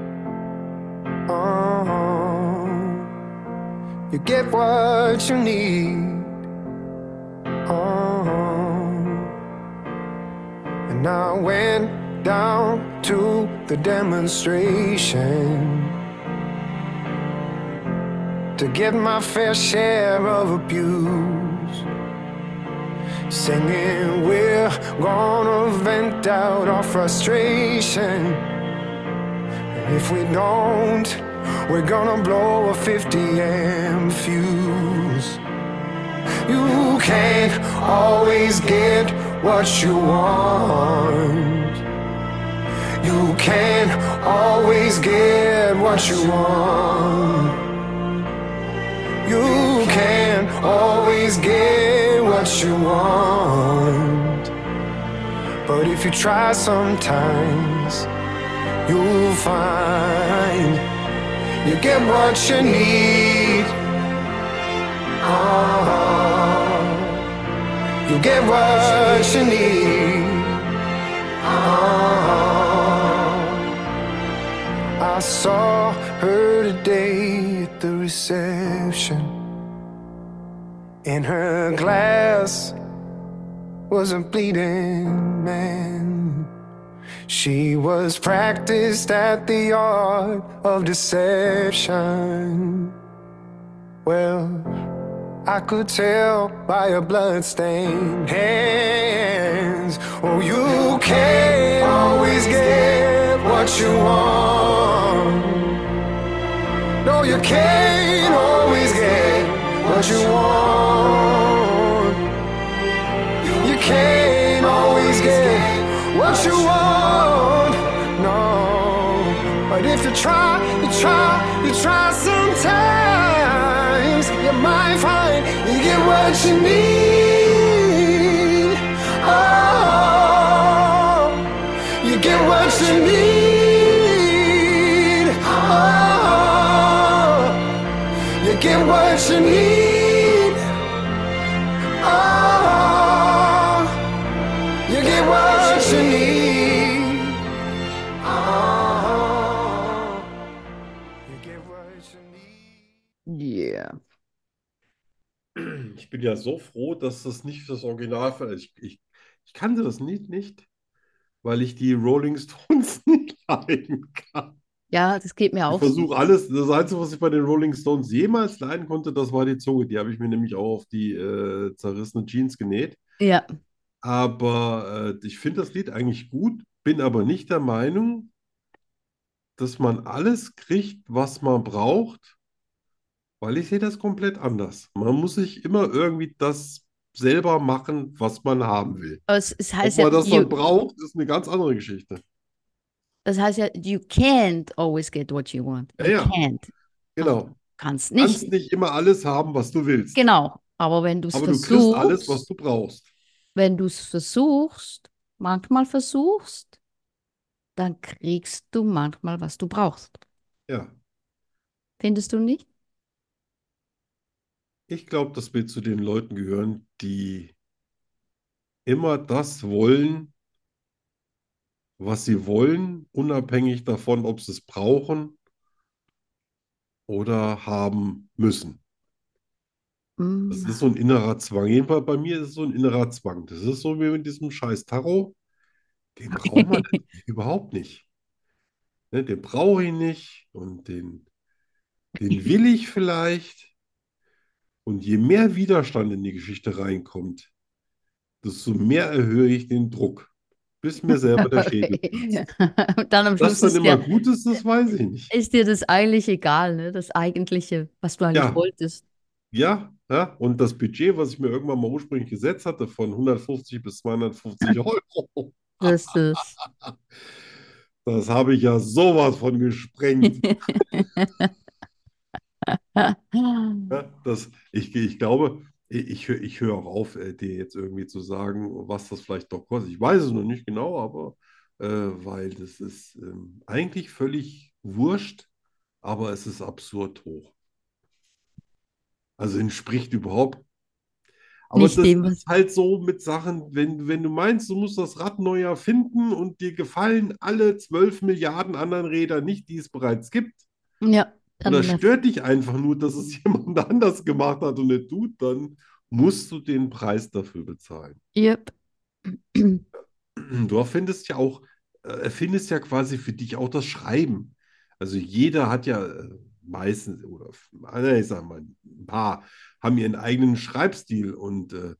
Uh-huh. You get what you need. Uh-huh. And I went down to the demonstration to get my fair share of abuse, singing we're gonna vent out our frustration. And if we don't, We're gonna blow a fifty amp fuse. You can't always get what you want. You can't always get what you want. You can't always get what you want. But if you try sometimes, you'll find you get what you need. Oh, you get what you need. Oh, I saw her today at the reception, and her glass was a bleeding man. She was practiced at the art of deception. Well, I could tell by her bloodstained hands. Oh, you can't always get what you want. No, you can't always get what you want. You can't always get what you want. No, but if you try, you try, you try sometimes, you might find you get what you need. Oh, you get what you need. Oh, you get what you need. Oh, you get what you need. Oh, you get what you need. Yeah. Ich bin ja so froh, dass das nicht fürs Original ver- ich, ich, ich kannte das nicht, nicht, weil ich die Rolling Stones nicht leiden kann. Ja, das geht mir Ich auch versuche so. alles, das Einzige, was ich bei den Rolling Stones jemals leiden konnte, das war die Zunge. Die habe ich mir nämlich auch auf die äh, zerrissene Jeans genäht. Ja. Aber äh, ich finde das Lied eigentlich gut, bin aber nicht der Meinung, dass man alles kriegt, was man braucht, weil ich sehe das komplett anders. Man muss sich immer irgendwie das selber machen, was man haben will. Aber es, es Ob heißt ja, man das dann you, braucht, ist eine ganz andere Geschichte. das heißt ja, you can't always get what you want. Ja, You ja, can't. Also, genau. du kannst Du kannst nicht. nicht immer alles haben, was du willst. Genau. Aber wenn du es Aber du kriegst alles, was versuchst, du brauchst. wenn du es versuchst, manchmal versuchst, dann kriegst du manchmal, was du brauchst. Ja, Findest du nicht? ich glaube, dass wir zu den Leuten gehören, die immer das wollen, was sie wollen, unabhängig davon, ob sie es brauchen oder haben müssen. Das Mm. ist so ein innerer Zwang. Jedenfalls bei mir ist es so ein innerer Zwang. Das ist so wie mit diesem scheiß Tarot. Den braucht man überhaupt nicht. Ne, den brauche ich nicht und den, den will ich vielleicht. Und je mehr Widerstand in die Geschichte reinkommt, desto mehr erhöhe ich den Druck, bis mir selber der Schädel platzt. Und dann am Das Schluss dann ist immer dir, gut ist, das weiß ich nicht. ist dir das eigentlich egal, ne? Das Eigentliche, was du eigentlich Ja, wolltest. ja, ja. Und das Budget, was ich mir irgendwann mal ursprünglich gesetzt hatte, von hundertfünfzig bis zweihundertfünfzig Euro, Das ist. das habe ich ja sowas von gesprengt. Ja, das, ich, ich glaube, ich, ich, hö- ich höre auch auf, äh, dir jetzt irgendwie zu sagen, was das vielleicht doch kostet. Ich weiß es noch nicht genau, aber äh, weil das ist ähm, eigentlich völlig wurscht, aber es ist absurd hoch. Also entspricht überhaupt. Aber Nicht das dem, ist was. halt so mit Sachen, wenn, wenn du meinst, du musst das Rad neu erfinden und dir gefallen alle zwölf Milliarden anderen Räder nicht, die es bereits gibt. Ja, Oder dann. äh, stört dich einfach nur, dass es jemand anders gemacht hat und nicht du, dann musst du den Preis dafür bezahlen. Yep. Du erfindest ja auch, äh, erfindest ja quasi für dich auch das Schreiben. Also jeder hat ja äh, meistens, oder äh, ich sag mal, ein paar haben ihren eigenen Schreibstil und äh,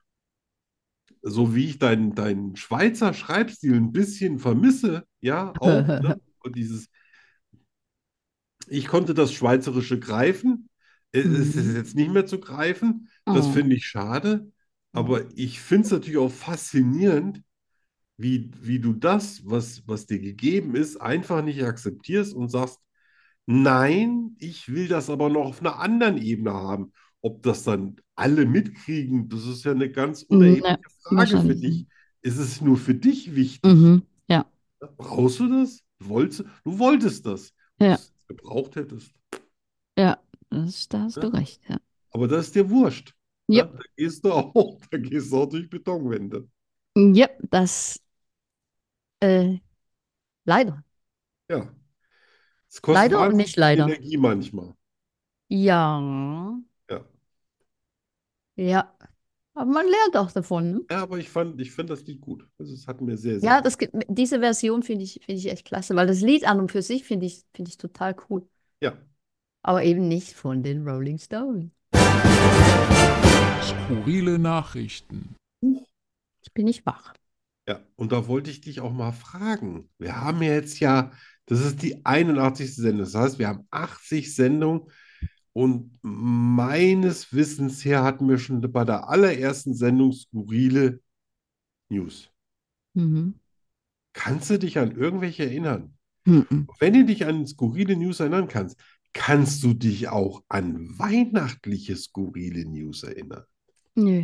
so wie ich deinen deinen Schweizer Schreibstil ein bisschen vermisse, ja, auch, ne? Und dieses, Ich konnte das Schweizerische greifen. Es es ist Mhm. jetzt nicht mehr zu greifen. Das Oh. finde ich schade. Oh. Aber ich finde es natürlich auch faszinierend, wie, wie du das, was, was dir gegeben ist, einfach nicht akzeptierst und sagst, nein, ich will das aber noch auf einer anderen Ebene haben. Ob das dann alle mitkriegen, das ist ja eine ganz Ne, unerhebliche Frage für wahrscheinlich dich. nicht. Ist es nur für dich wichtig? Mhm. Ja, Brauchst du das? Wolltest, du wolltest das. Ob du ja, es gebraucht hättest. ja. Das, da hast du Ne? recht, ja. Aber das ist dir wurscht. Ja, Ne? Da gehst du auch, da gehst du auch durch Betonwände. ja, das äh, leider. Ja, es kostet Leider und wahnsinnig nicht viel leider. Energie manchmal. Ja, Ja. ja. Aber man lernt auch davon, ne? Ja, aber ich fand, ich fand das Lied gut. Also es hat mir sehr, sehr Ja, gut. das gibt, diese Version finde ich, finde ich echt klasse, weil das Lied an und für sich finde ich, finde ich total cool. Ja. Aber eben nicht von den Rolling Stones. Skurrile Nachrichten. Huch. Jetzt bin ich wach. Ja, und da wollte ich dich auch mal fragen. Wir haben ja jetzt ja, das ist die einundachtzigste. Sendung. Das heißt, wir haben achtzig Sendungen und meines Wissens her hatten wir schon bei der allerersten Sendung skurrile News. Mhm. Kannst du dich an irgendwelche erinnern? Mhm. Wenn du dich an skurrile News erinnern kannst, kannst du dich auch an weihnachtliche skurrile News erinnern? Nö.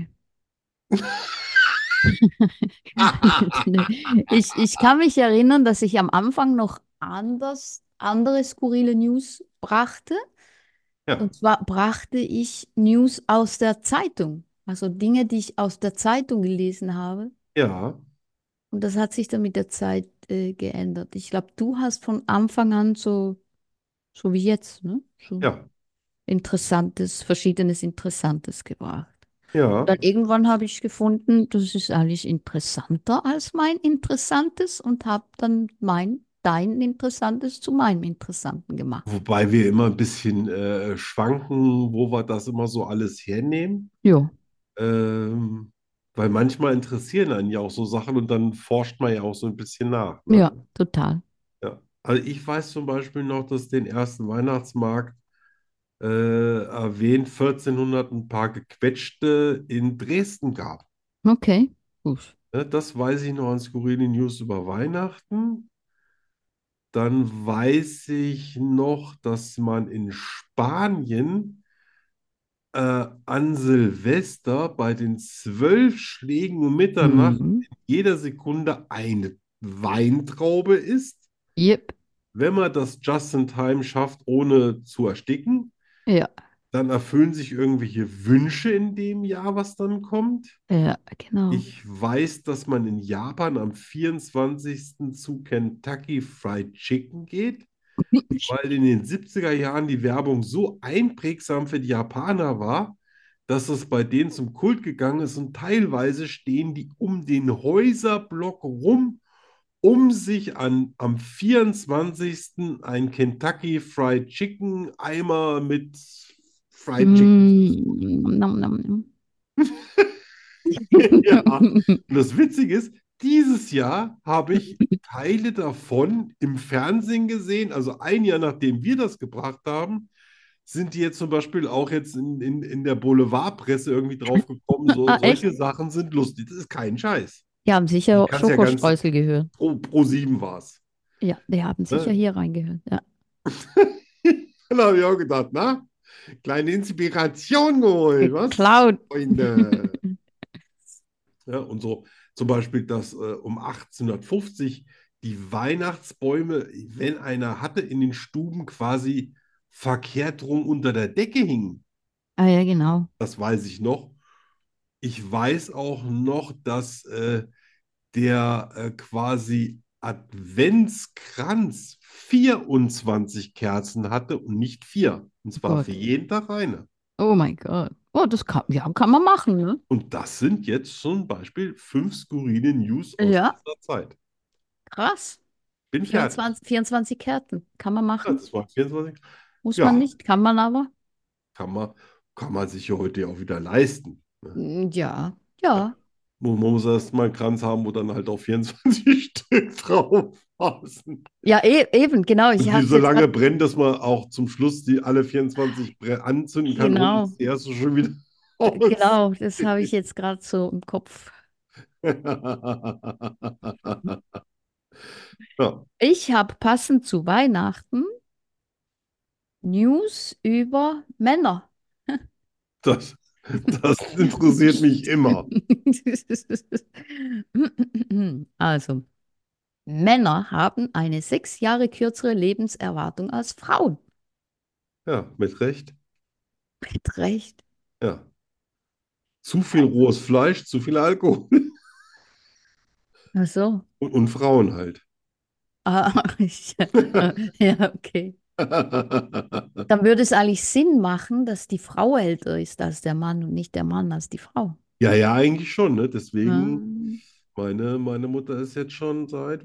Nö. Ich, ich kann mich erinnern, dass ich am Anfang noch anders, andere skurrile News brachte. Ja, Und zwar brachte ich News aus der Zeitung. Also Dinge, die ich aus der Zeitung gelesen habe. ja, Und das hat sich dann mit der Zeit äh, geändert. Ich glaube, du hast von Anfang an so, so wie jetzt, ne? So ja, Interessantes, Verschiedenes Interessantes gebracht. Und ja. dann irgendwann habe ich gefunden, das ist eigentlich interessanter als mein Interessantes und habe dann mein, dein Interessantes zu meinem Interessanten gemacht. Wobei wir immer ein bisschen äh, schwanken, wo wir das immer so alles hernehmen. Ja, Ähm, weil manchmal interessieren einen ja auch so Sachen und dann forscht man ja auch so ein bisschen nach, ne? ja, total. Ja. Also ich weiß zum Beispiel noch, dass es den ersten Weihnachtsmarkt äh, erwähnt vierzehnhundert ein paar gequetschte in Dresden gab. Okay, gut. Ne, das weiß ich noch an skurrile News über Weihnachten. Dann weiß ich noch, dass man in Spanien äh, an Silvester bei den zwölf Schlägen um Mitternacht Mhm. in jeder Sekunde eine Weintraube isst. Yep. Wenn man das just in time schafft, ohne zu ersticken, Ja, dann erfüllen sich irgendwelche Wünsche in dem Jahr, was dann kommt. ja, genau. Ich weiß, dass man in Japan am vierundzwanzigsten zu Kentucky Fried Chicken geht, weil in den siebziger Jahren die Werbung so einprägsam für die Japaner war, dass es bei denen zum Kult gegangen ist und teilweise stehen die um den Häuserblock rum, um sich an, am vierundzwanzigsten ein Kentucky Fried Chicken Eimer mit Fried Chicken zu besorgen. Mm, nom, nom, nom. Ja, und das Witzige ist, dieses Jahr habe ich Teile davon im Fernsehen gesehen. Also ein Jahr nachdem wir das gebracht haben, sind die jetzt zum Beispiel auch jetzt in, in, in der Boulevardpresse irgendwie draufgekommen. So, Ah, echt? solche Sachen sind lustig. Das ist kein Scheiß. Die haben Die sicher kannst ja ganz Schokostreusel gehört. pro, pro sieben war es. Ja, die haben sicher Ne? hier reingehört. Ja. Dann habe ich auch gedacht, na, kleine Inspiration geholt, was, Geklaut. Freunde? Ja, und so zum Beispiel, dass äh, um achtzehnhundertfünfzig die Weihnachtsbäume, wenn einer hatte, in den Stuben quasi verkehrt rum unter der Decke hingen. Ah ja, genau. Das weiß ich noch. Ich weiß auch noch, dass äh, der äh, quasi Adventskranz vierundzwanzig Kerzen hatte und nicht vier. Und zwar für Gott. jeden Tag eine. Oh mein Gott. Oh, das kann, ja, kann man machen, ne? Und das sind jetzt zum Beispiel fünf skurrile News aus Ja, dieser Zeit. krass. Bin fertig. vierundzwanzig, vierundzwanzig Kerzen. Kann man Ja, machen. das waren vierundzwanzig. Muss man Ja, nicht, kann man aber. kann man, kann man sich ja heute auch wieder leisten. Ne? Mm, ja, Ja. ja. Man man muss erst mal einen Kranz haben, wo dann halt auch vierundzwanzig Stück drauf. draußen. Ja, e eben, genau. Ich Und die habe es so jetzt lange gerade, brennt, dass man auch zum Schluss die alle vierundzwanzig bre- anzünden kann und genau, ist die erste schon wieder aus. genau, das habe ich jetzt gerade so im Kopf. Ja, Ich habe passend zu Weihnachten News über Männer. das, das interessiert mich immer. Also, Männer haben eine sechs Jahre kürzere Lebenserwartung als Frauen. Ja, mit Recht. Mit Recht. Ja. Zu viel rohes Fleisch, zu viel Alkohol. Ach so. Und, und Frauen halt. Ah, ich, ja, okay. Dann würde es eigentlich Sinn machen, dass die Frau älter ist als der Mann und nicht der Mann als die Frau. Ja, ja, eigentlich schon, ne? Ah, Deswegen, meine, meine Mutter ist jetzt schon seit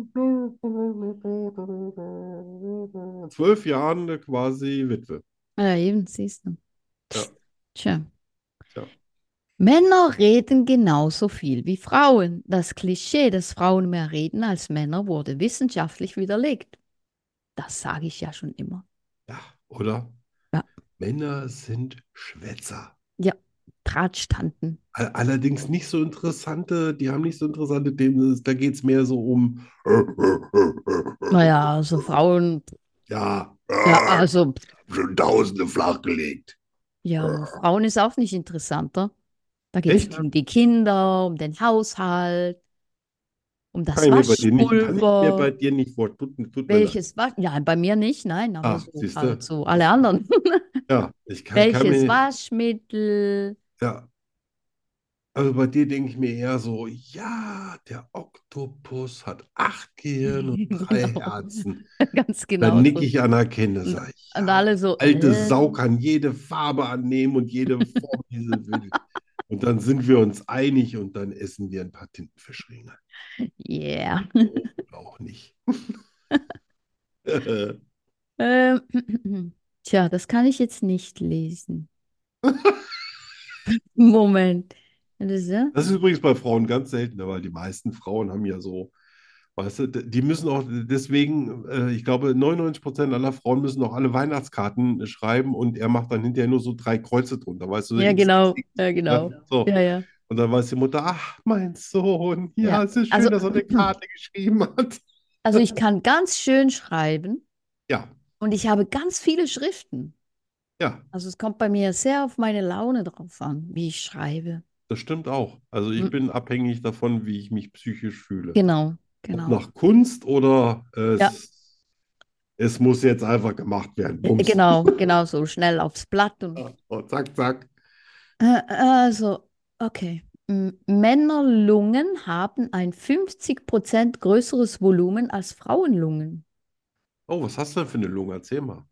zwölf Jahren äh, quasi Witwe. ja, eben, siehst du. Ja, Tja. tja. Männer reden genauso viel wie Frauen. Das Klischee, dass Frauen mehr reden als Männer, wurde wissenschaftlich widerlegt. Das sage ich ja schon immer. Ja, oder? Ja, Männer sind Schwätzer. ja, Drahtstanden. All- Allerdings nicht so interessante, die haben nicht so interessante Themen. Da geht es mehr so um, Naja, also Frauen, ja, ja, hab also, schon Tausende flachgelegt. ja, Frauen ist auch nicht interessanter. Da geht es Echt? um die Kinder, um den Haushalt, um Kann das ich mir bei dir nicht, kann ich mir bei Waschpulver. dir nicht vor. Tut, tut mir leid. Welches Wasch? Ja, bei mir nicht, nein, aber Ah, so siehst halt du? so alle anderen. Ja, ich kann, kann Welches mir, Waschmittel? ja, also bei dir denke ich mir eher so, ja, der Oktopus hat acht Gehirne und drei Genau, Herzen. ganz Dann genau nicke so. ich anerkenne, Und, sage ich, und ja, alle so, alte äh, Sau kann jede Farbe annehmen und jede Form, die sie will. Und dann sind wir uns einig und dann essen wir ein paar Tintenfischringe. yeah. So, oder auch nicht. Ähm, tja, das kann ich jetzt nicht lesen. Moment. Das ist, ja? Das ist übrigens bei Frauen ganz selten, weil die meisten Frauen haben ja so, weißt du, d- die müssen auch deswegen, äh, ich glaube, neunundneunzig Prozent aller Frauen müssen auch alle Weihnachtskarten äh, schreiben und er macht dann hinterher nur so drei Kreuze drunter, weißt du, so Ja, X X genau. X. Ja, Ja, genau. so. Ja, ja. Und dann weiß die Mutter, ach, mein Sohn, ja, Ja. es ist Also, schön, dass er eine Karte geschrieben hat. also ich kann ganz schön schreiben Ja, und ich habe ganz viele Schriften. ja, Also es kommt bei mir sehr auf meine Laune drauf an, wie ich schreibe. das stimmt auch. Also ich Hm, bin abhängig davon, wie ich mich psychisch fühle. genau, Ob genau. nach Kunst oder Ja, es, es muss jetzt einfach gemacht werden. äh, Bums. genau, genau so schnell aufs Blatt und Ja, so, zack, zack. äh, also, okay. M- Männerlungen haben ein fünfzig Prozent größeres Volumen als Frauenlungen. Oh, was hast du denn für eine Lunge? Erzähl mal.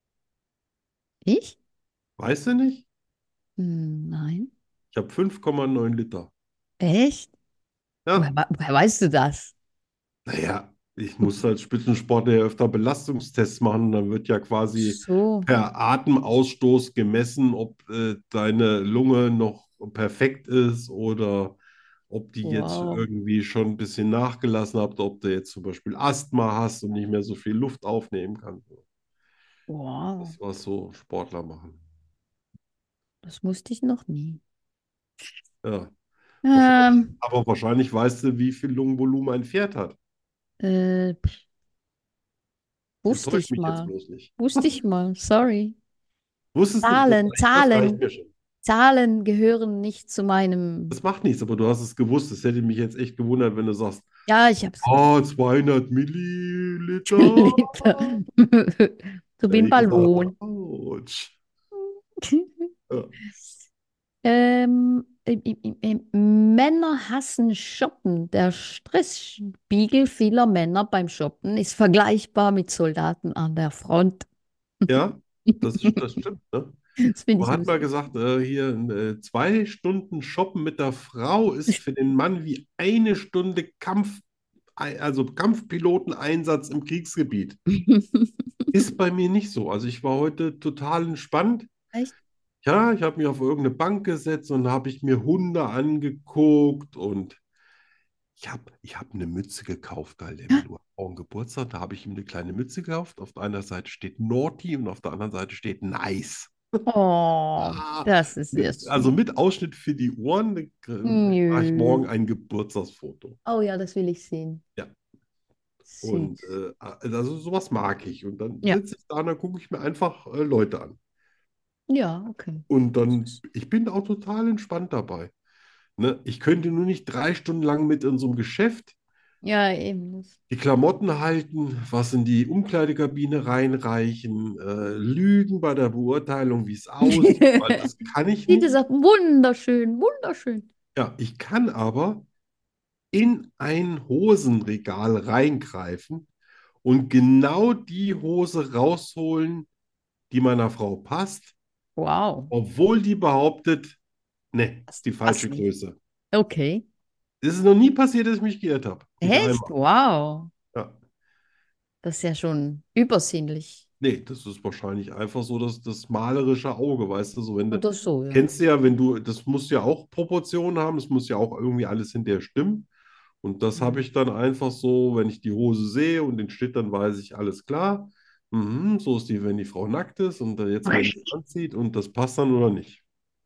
Ich? Weißt du nicht? Hm, nein. Ich habe fünf Komma neun Liter. Echt? Woher, Ja, wa- woher weißt du das? naja, ich muss als Spitzensportler ja öfter Belastungstests machen. Dann wird ja quasi So, per Atemausstoß gemessen, ob äh, deine Lunge noch perfekt ist oder ob die jetzt wow, irgendwie schon ein bisschen nachgelassen hat, ob du jetzt zum Beispiel Asthma hast und nicht mehr so viel Luft aufnehmen kannst. wow. Das, was so Sportler machen. Das wusste ich noch nie. Ja, wahrscheinlich. Ähm, Aber wahrscheinlich weißt du, wie viel Lungenvolumen ein Pferd hat. äh, wusste Enttäuscht ich mich jetzt mal. bloß nicht. Wusste ich mal. Sorry. Wusstest du, das Zahlen, reicht, das reicht Zahlen, mir schon. Zahlen gehören nicht zu meinem. Das macht nichts, aber du hast es gewusst. Es hätte mich jetzt echt gewundert, wenn du sagst, Ja, ich habe es gewusst. ah, zweihundert Milliliter. Liter. So Da wie hätte ein ich gesagt, Ballon. Autsch. Ja. Ähm, im- im- im- Männer hassen Shoppen. Der Stressspiegel vieler Männer beim Shoppen ist vergleichbar mit Soldaten an der Front. Ja, das ist, das stimmt, ne? Das finde Man ich hat mal lustig. gesagt, äh, hier äh, zwei Stunden Shoppen mit der Frau ist für den Mann wie eine Stunde Kampf, also Kampfpiloteneinsatz im Kriegsgebiet. Ist bei mir nicht so. Also ich war heute total entspannt. Echt? Ja, ich habe mich auf irgendeine Bank gesetzt und habe ich mir Hunde angeguckt und ich habe ich hab eine Mütze gekauft, Alter, du Frau einen Geburtstag, da habe ich ihm eine kleine Mütze gekauft. Auf der einen Seite steht Naughty und auf der anderen Seite steht Nice. Oh, Ah, das ist sehr mit, also süß. mit Ausschnitt für die Ohren äh, mache ich Nö. morgen ein Geburtstagsfoto. Oh ja, das will ich sehen. Ja, und Süß. äh, also sowas mag ich. Und dann Ja, sitze ich da und dann gucke ich mir einfach äh, Leute an. ja, okay. Und dann, ich bin auch total entspannt dabei. Ne? Ich könnte nur nicht drei Stunden lang mit in so einem Geschäft Ja, eben. Das. die Klamotten halten, was in die Umkleidekabine reinreichen, äh, lügen bei der Beurteilung, wie es aussieht, weil das kann ich Sieht nicht. es auch wunderschön, wunderschön. Ja, ich kann aber in ein Hosenregal reingreifen und genau die Hose rausholen, die meiner Frau passt, Wow. obwohl die behauptet, ne, Das ist die passt falsche nicht. Größe. Okay. Es ist noch nie passiert, dass ich mich geirrt habe. Nicht Echt? einmal. Wow. Ja. Das ist ja schon übersinnlich. Nee, das ist wahrscheinlich einfach so das, das malerische Auge, weißt du, so wenn du, Oder so, ja. kennst du ja, wenn du, das muss ja auch Proportionen haben, das muss ja auch irgendwie alles hinterher stimmen. Und das habe Mhm. ich dann einfach so, wenn ich die Hose sehe und den Schnitt, dann weiß ich, alles klar. Mhm, so ist die, wenn die Frau nackt ist und jetzt, wenn die es anzieht und das passt dann oder nicht.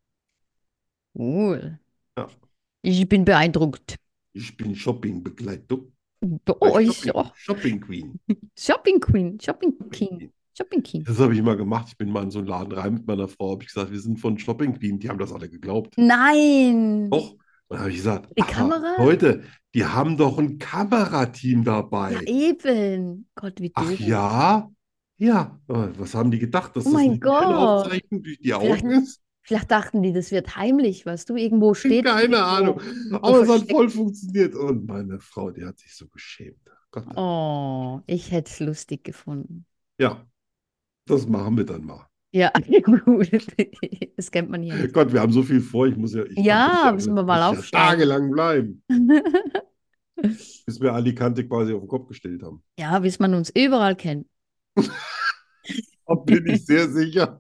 Cool. Ja, Ich bin beeindruckt. ich bin Shoppingbegleitung, Bei äh, euch. Shopping, Oh. Shopping Queen. Shopping Queen, Shopping Shopping King, Queen. Shopping King. Das habe ich mal gemacht. Ich bin mal in so einen Laden rein mit meiner Frau, habe ich gesagt, wir sind von Shopping Queen. Die haben das alle geglaubt. Nein. Doch. Und dann habe ich gesagt, Die aber Kamera? Leute, die haben doch ein Kamerateam Ja, dabei. eben. Gott, wie Ach doof. ja? Ja. Äh, Was haben die gedacht, Oh dass das eine mein Gott. Innenaufzeichnung durch die Vielleicht, Augen ist? vielleicht dachten die, das wird heimlich, weißt du? Irgendwo steht es Keine Ahnung. irgendwo so Aber es hat versteckt. voll funktioniert. Und meine Frau, die hat sich so geschämt. Gott. Oh, ich hätte es lustig gefunden. Ja, das machen wir dann mal. Ja, gut. Das kennt man hier nicht. Gott, wir haben so viel vor. Ich muss ja, ich kann Ja, ja, müssen wir mal muss ja aufschreiben. tagelang bleiben, bis wir Alicante quasi auf den Kopf gestellt haben. Ja, bis man uns überall kennt. Da bin ich sehr sicher.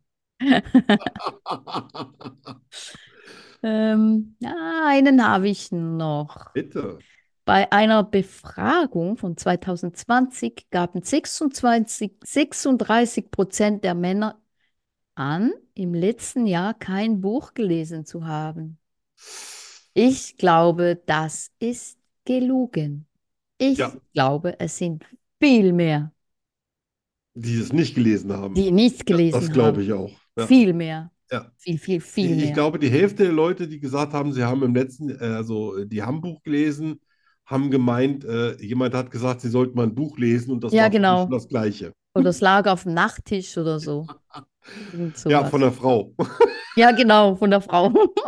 Ähm, ja, einen habe ich noch. Bitte. Bei einer Befragung von zwanzig zwanzig gaben sechsundzwanzig, sechsunddreißig Prozent der Männer an, im letzten Jahr kein Buch gelesen zu haben. Ich glaube, das ist gelogen. Ja, Ich glaube, es sind viel mehr, die es nicht gelesen haben. die nichts Ja, das gelesen glaube haben. ich auch. Ja, Viel mehr. ja. Viel, viel, Ich, viel ich mehr. glaube, die Hälfte der Leute, die gesagt haben, sie haben im letzten, äh, also die haben ein Buch gelesen, haben gemeint, äh, jemand hat gesagt, sie sollten mal ein Buch lesen und das Ja, war für die schon genau. das Gleiche. Oder es lag auf dem Nachttisch oder so. Irgend Ja, von sowas. der Frau. Ja, genau, von der Frau.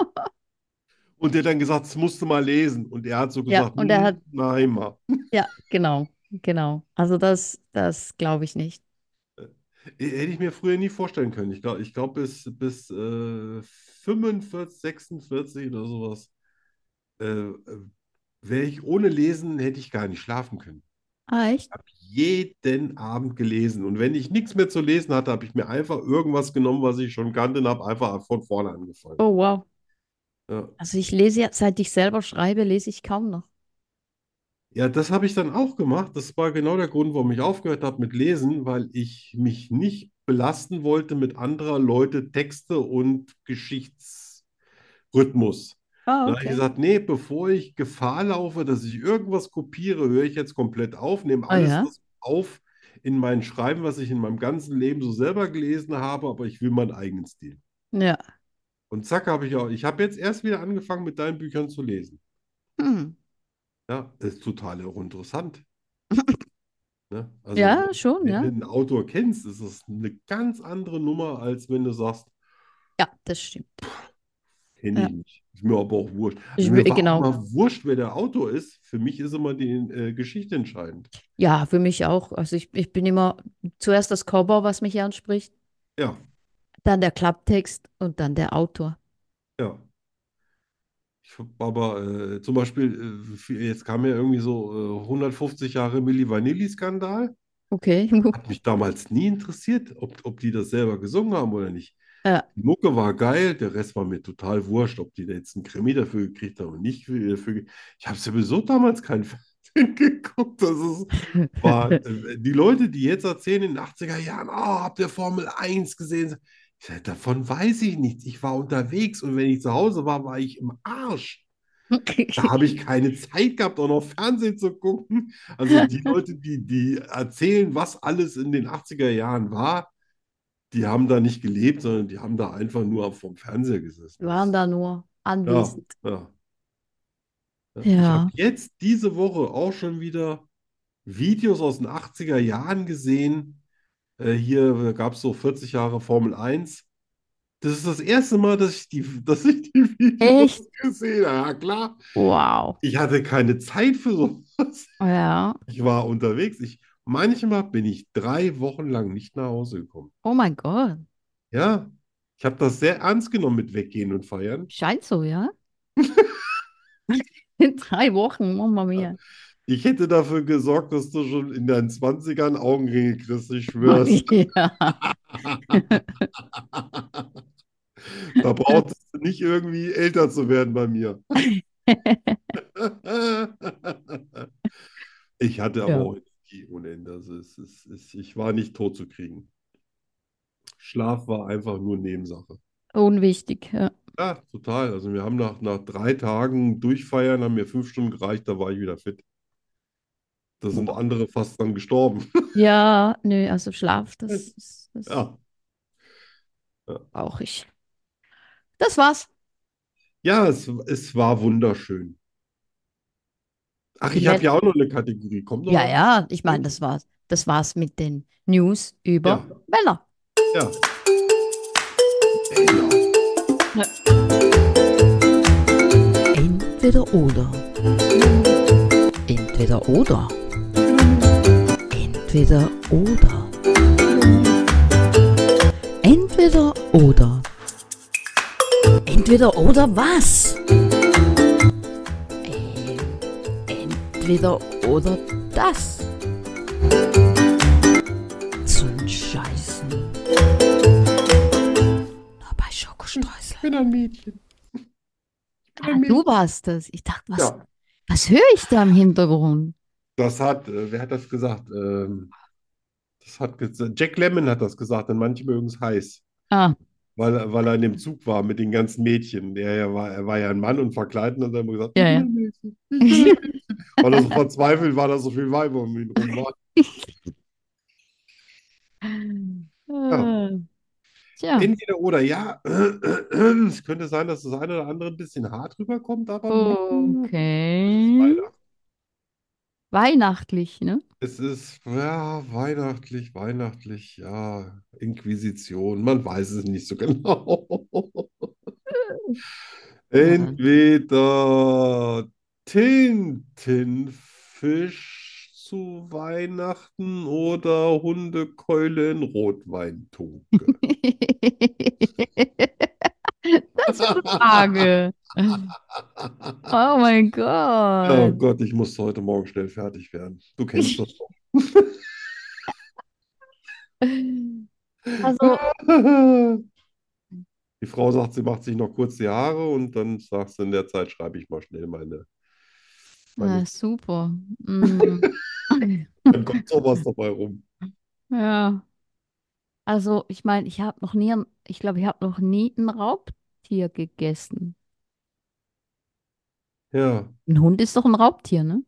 Und der hat dann gesagt, das musst du mal lesen. Und er hat so Ja, gesagt, und er hat, hm, nein, mal. ja, genau, genau. Also das, das glaube ich nicht. Hätte ich mir früher nie vorstellen können. Ich glaube, ich glaub, bis, bis äh, fünfundvierzig, sechsundvierzig oder sowas äh, äh, wäre ich ohne Lesen, hätte ich gar nicht schlafen können. Ah, echt? Habe jeden Abend gelesen. Und wenn ich nichts mehr zu lesen hatte, habe ich mir einfach irgendwas genommen, was ich schon kannte und habe einfach von vorne angefangen. Oh, wow. Ja, Also ich lese ja, seit ich selber schreibe, lese ich kaum noch. ja, das habe ich dann auch gemacht. Das war genau der Grund, warum ich aufgehört habe mit Lesen, weil ich mich nicht belasten wollte mit anderer Leute Texte und Geschichtsrhythmus. Ah, Da habe ich okay. gesagt, nee, bevor ich Gefahr laufe, dass ich irgendwas kopiere, höre ich jetzt komplett auf, nehme Ah alles ja? das auf in mein Schreiben, was ich in meinem ganzen Leben so selber gelesen habe, aber ich will meinen eigenen Stil. Ja. Und zack, habe ich auch, ich habe jetzt erst wieder angefangen, mit deinen Büchern zu lesen. Hm. Ja, das ist total auch interessant. Ne? Also, Ja, schon, wenn du ja. einen Autor kennst, ist das eine ganz andere Nummer, als wenn du sagst, Ja, das stimmt. kenne Ja. ich nicht. Ist mir aber auch wurscht. Ich, Also wü- mir war auch genau. mal wurscht, wer der Autor ist. Für mich ist immer die äh, Geschichte entscheidend. Ja, für mich auch. Also ich, ich bin immer zuerst das Cover, was mich anspricht, Ja, dann der Klapptext und dann der Autor. ja. Ich hab aber äh, zum Beispiel, äh, für- jetzt kam ja irgendwie so äh, hundertfünfzig Jahre Milli Vanilli-Skandal. Okay. Hat mich damals nie interessiert, ob, ob die das selber gesungen haben oder nicht. Ja, Die Mucke war geil, der Rest war mir total wurscht, ob die da jetzt einen Krimi dafür gekriegt haben oder nicht dafür. ge- Ich habe sowieso damals keinen geguckt. Das ist, war, äh, die Leute, die jetzt erzählen in den achtziger Jahren, oh, habt ihr Formel eins gesehen? Ich sag, davon weiß ich nichts. Ich war unterwegs und wenn ich zu Hause war, war ich im Arsch. Da habe ich keine Zeit gehabt, auch noch Fernsehen zu gucken. Also die Leute, die, die erzählen, was alles in den achtziger Jahren war, die haben da nicht gelebt, sondern die haben da einfach nur vom Fernseher gesessen. Wir waren da nur Ja, anwesend. ja. Ja. Ich habe Ja. jetzt diese Woche auch schon wieder Videos aus den achtziger Jahren gesehen. Äh, hier gab es so vierzig Jahre Formel eins. Das ist das erste Mal, dass ich die, dass ich die Echt? Videos gesehen habe. Ja, klar. Wow. Ich hatte keine Zeit für sowas. Ja. Ich war unterwegs. Ich, manchmal bin ich drei Wochen lang nicht nach Hause gekommen. Oh mein Gott. Ja, ich habe das sehr ernst genommen mit Weggehen und Feiern. Scheint so, ja? In drei Wochen, Mama mia. Ich hätte dafür gesorgt, dass du schon in deinen Zwanzigern Augenringe kriegst, ich schwör's. Ja. Da brauchtest du nicht irgendwie älter zu werden bei mir. Ich hatte aber Ja. auch Energie ohne Ende. Also es ist, es, ich war nicht tot zu kriegen. Schlaf war einfach nur Nebensache. Unwichtig, ja. Ja, total. Also wir haben nach, nach drei Tagen Durchfeiern, haben mir fünf Stunden gereicht, da war ich wieder fit. Da sind andere fast dran gestorben. Ja, nö, also Schlaf, das, das, das Ja, ja. brauche ich. Das war's. Ja, es, es war wunderschön. Ach, Die ich habe Let ja auch noch eine Kategorie. Kommt noch ja, was? ja, ich meine, das war's. Das war's mit den News Ja, über Männer. ja. Männer. Entweder oder. Entweder oder. Entweder oder. Entweder oder. Entweder oder was? Ähm, entweder oder das. Zum Scheißen. Nur bei Schokostreusel. Ich bin ein Mädchen. Ich bin Ah, ein du Mädchen. warst das. Ich dachte, was, Ja, was höre ich da im Hintergrund? das hat, äh, wer hat das gesagt? Ähm, das hat gez- Jack Lemmon hat das gesagt, und manche mögen es heiß, Ah, weil, er- weil er in dem Zug war mit den ganzen Mädchen. Er, er war, er war ja ein Mann und verkleidet und hat immer gesagt, ich ja, bin ja. ein Mädchen, ich bin ein Mädchen. Weil er so verzweifelt war, dass so viel Weiber um ihn rum waren. Ja. Ah, tja, Entweder oder, ja. Es könnte sein, dass das eine oder andere ein bisschen hart rüberkommt, aber mm, es ist okay. Weihnachten. Weihnachtlich, ne? Es ist ja weihnachtlich, weihnachtlich, ja, Inquisition, man weiß es nicht so genau. Ja. Entweder Tintenfisch zu Weihnachten oder Hundekeule in Rotweintunke. Das ist eine Frage. Oh mein Oh Gott. Gott, ich muss heute Morgen schnell fertig werden. Du kennst das doch. Also, Die Frau sagt, sie macht sich noch kurz die Haare und dann sagst du, in der Zeit schreibe ich mal schnell meine, meine. na, super. Mm. Dann kommt sowas dabei rum. Ja, also ich meine, ich habe noch nie, ein- ich glaube, ich habe noch nie ein Raubtier gegessen. Ja. Ein Hund ist doch ein Raubtier, ne?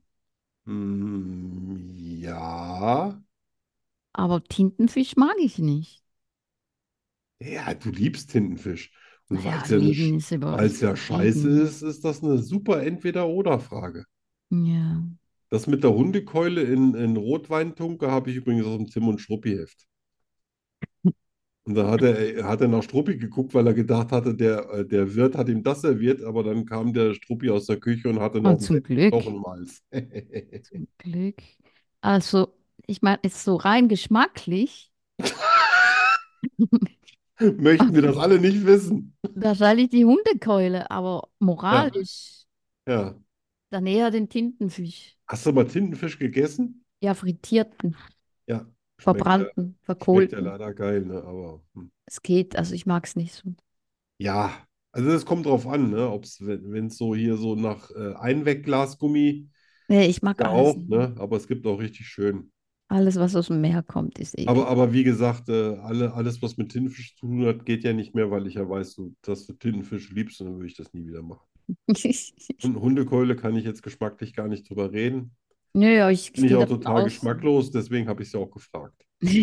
Mm, ja. Aber Tintenfisch mag ich nicht. Ja, du liebst Tintenfisch. Und weil Naja, es ja, eine lieben Sch- ist über, weil es ist ja scheiße übertrieben. ist, ist das eine super Entweder-Oder-Frage. Ja. Das mit der Hundekeule in, in Rotweintunke habe ich übrigens aus dem Tim und Struppi-Heft. Und da hat er, hat er nach Struppi geguckt, weil er gedacht hatte, der, äh, der Wirt hat ihm das serviert, aber dann kam der Struppi aus der Küche und hatte Oh, noch einen zum fetten Glück. Stock im Hals. Zum Glück. Also, ich meine, ist so rein geschmacklich. Möchten wir das alle nicht wissen? Wahrscheinlich die Hundekeule, aber Ja, moralisch ja. dann eher den Tintenfisch. Hast du mal Tintenfisch gegessen? Ja, frittierten, Ja, schmeckt ja, verbrannten, schmeckt ja verkohlten. leider geil, ne? Aber hm. Es geht, also ich mag es nicht so. Ja, also das kommt drauf an, ne? Ob's, wenn es so hier so nach äh, Einwegglasgummi Nee, ich mag Ja alles. auch, ne? Aber es gibt auch richtig schön. Alles, was aus dem Meer kommt, ist Aber, eklig. aber wie gesagt, äh, alle, alles, was mit Tintenfisch zu tun hat, geht ja nicht mehr, weil ich ja weiß, du, dass du Tintenfisch liebst und dann würde ich das nie wieder machen. Und Hundekeule kann ich jetzt geschmacklich gar nicht drüber reden. Nö, ja, ich, Bin ich ich gehe auch davon total aus. geschmacklos, deswegen habe ich es ja auch gefragt.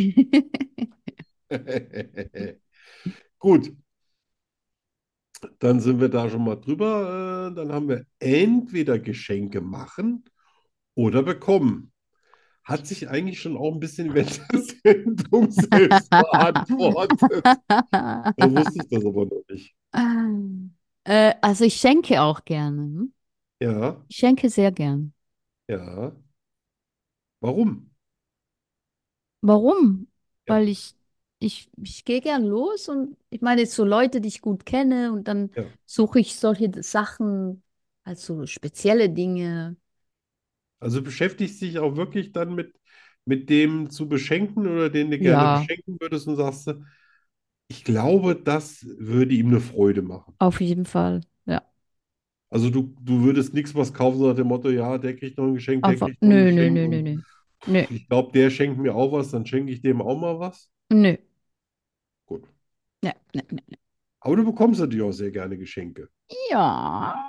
Gut, dann sind wir da schon mal drüber. Äh, dann haben wir entweder Geschenke machen oder bekommen. Hat sich eigentlich schon auch ein bisschen während der Sendung selbst beantwortet. Da wusste ich das aber noch nicht. Äh, also ich schenke auch gerne. Hm? Ja, Ich schenke sehr gern. ja. Warum? Warum? Ja, Weil ich, ich, ich gehe gern los und ich meine jetzt so Leute, die ich gut kenne und dann ja. suche ich solche Sachen, also spezielle Dinge. Also beschäftigst dich auch wirklich dann mit, mit dem zu beschenken oder den du gerne Ja, beschenken würdest und sagst, du, ich glaube, das würde ihm eine Freude machen. auf jeden Fall. Ja. Also du, du würdest nichts was kaufen, so nach dem Motto, ja, der kriegt noch ein Geschenk, der Einfach, kriegt noch ein nö, nö, Geschenk nö, nö, und nö. Nö, ich glaube, der schenkt mir auch was, dann schenke ich dem auch mal was. nö. Gut. Ja, nö, nö. Aber du bekommst natürlich auch sehr gerne Geschenke. Ja.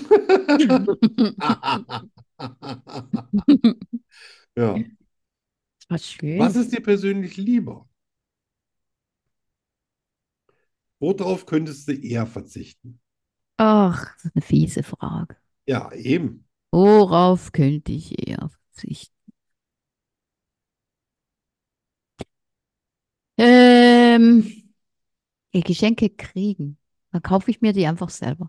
Ja. Was Was schön. ist dir persönlich lieber? Worauf könntest du eher verzichten? Ach, das ist eine fiese Frage. Ja, eben. Worauf könnte ich eher verzichten? Ähm, eh, Geschenke kriegen. Dann kaufe ich mir die einfach selber.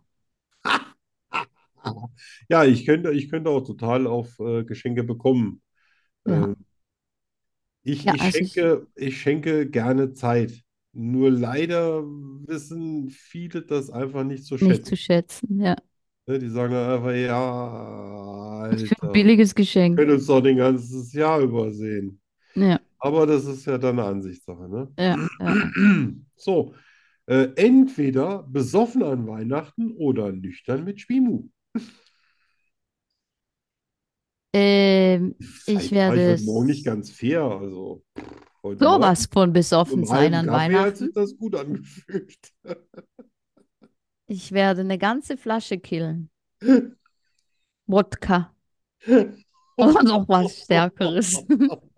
Ja, ich könnte, ich könnte auch total auf äh, Geschenke bekommen. Ja. Ähm, ich, Ja, ich also ich schenke, ich schenke gerne Zeit. Nur leider wissen viele das einfach nicht zu nicht zu schätzen. schätzen. Ja. Ne, die sagen dann einfach, ja, Was für ein Alter, billiges Geschenk. können uns doch den ganzes Jahr übersehen. Ja, Aber das ist ja dann eine Ansichtssache, ja, ja. ne? So, äh, entweder besoffen an Weihnachten oder nüchtern mit Schwimu. Ähm, ich Vielleicht war ich werde heute Morgen nicht s- ganz fair. Also heute sowas Morgen von mit besoffen einem sein halben an Kaffee hat sich Weihnachten. das gut angefühlt. Ich werde eine ganze Flasche killen. Wodka. Oder noch was Stärkeres.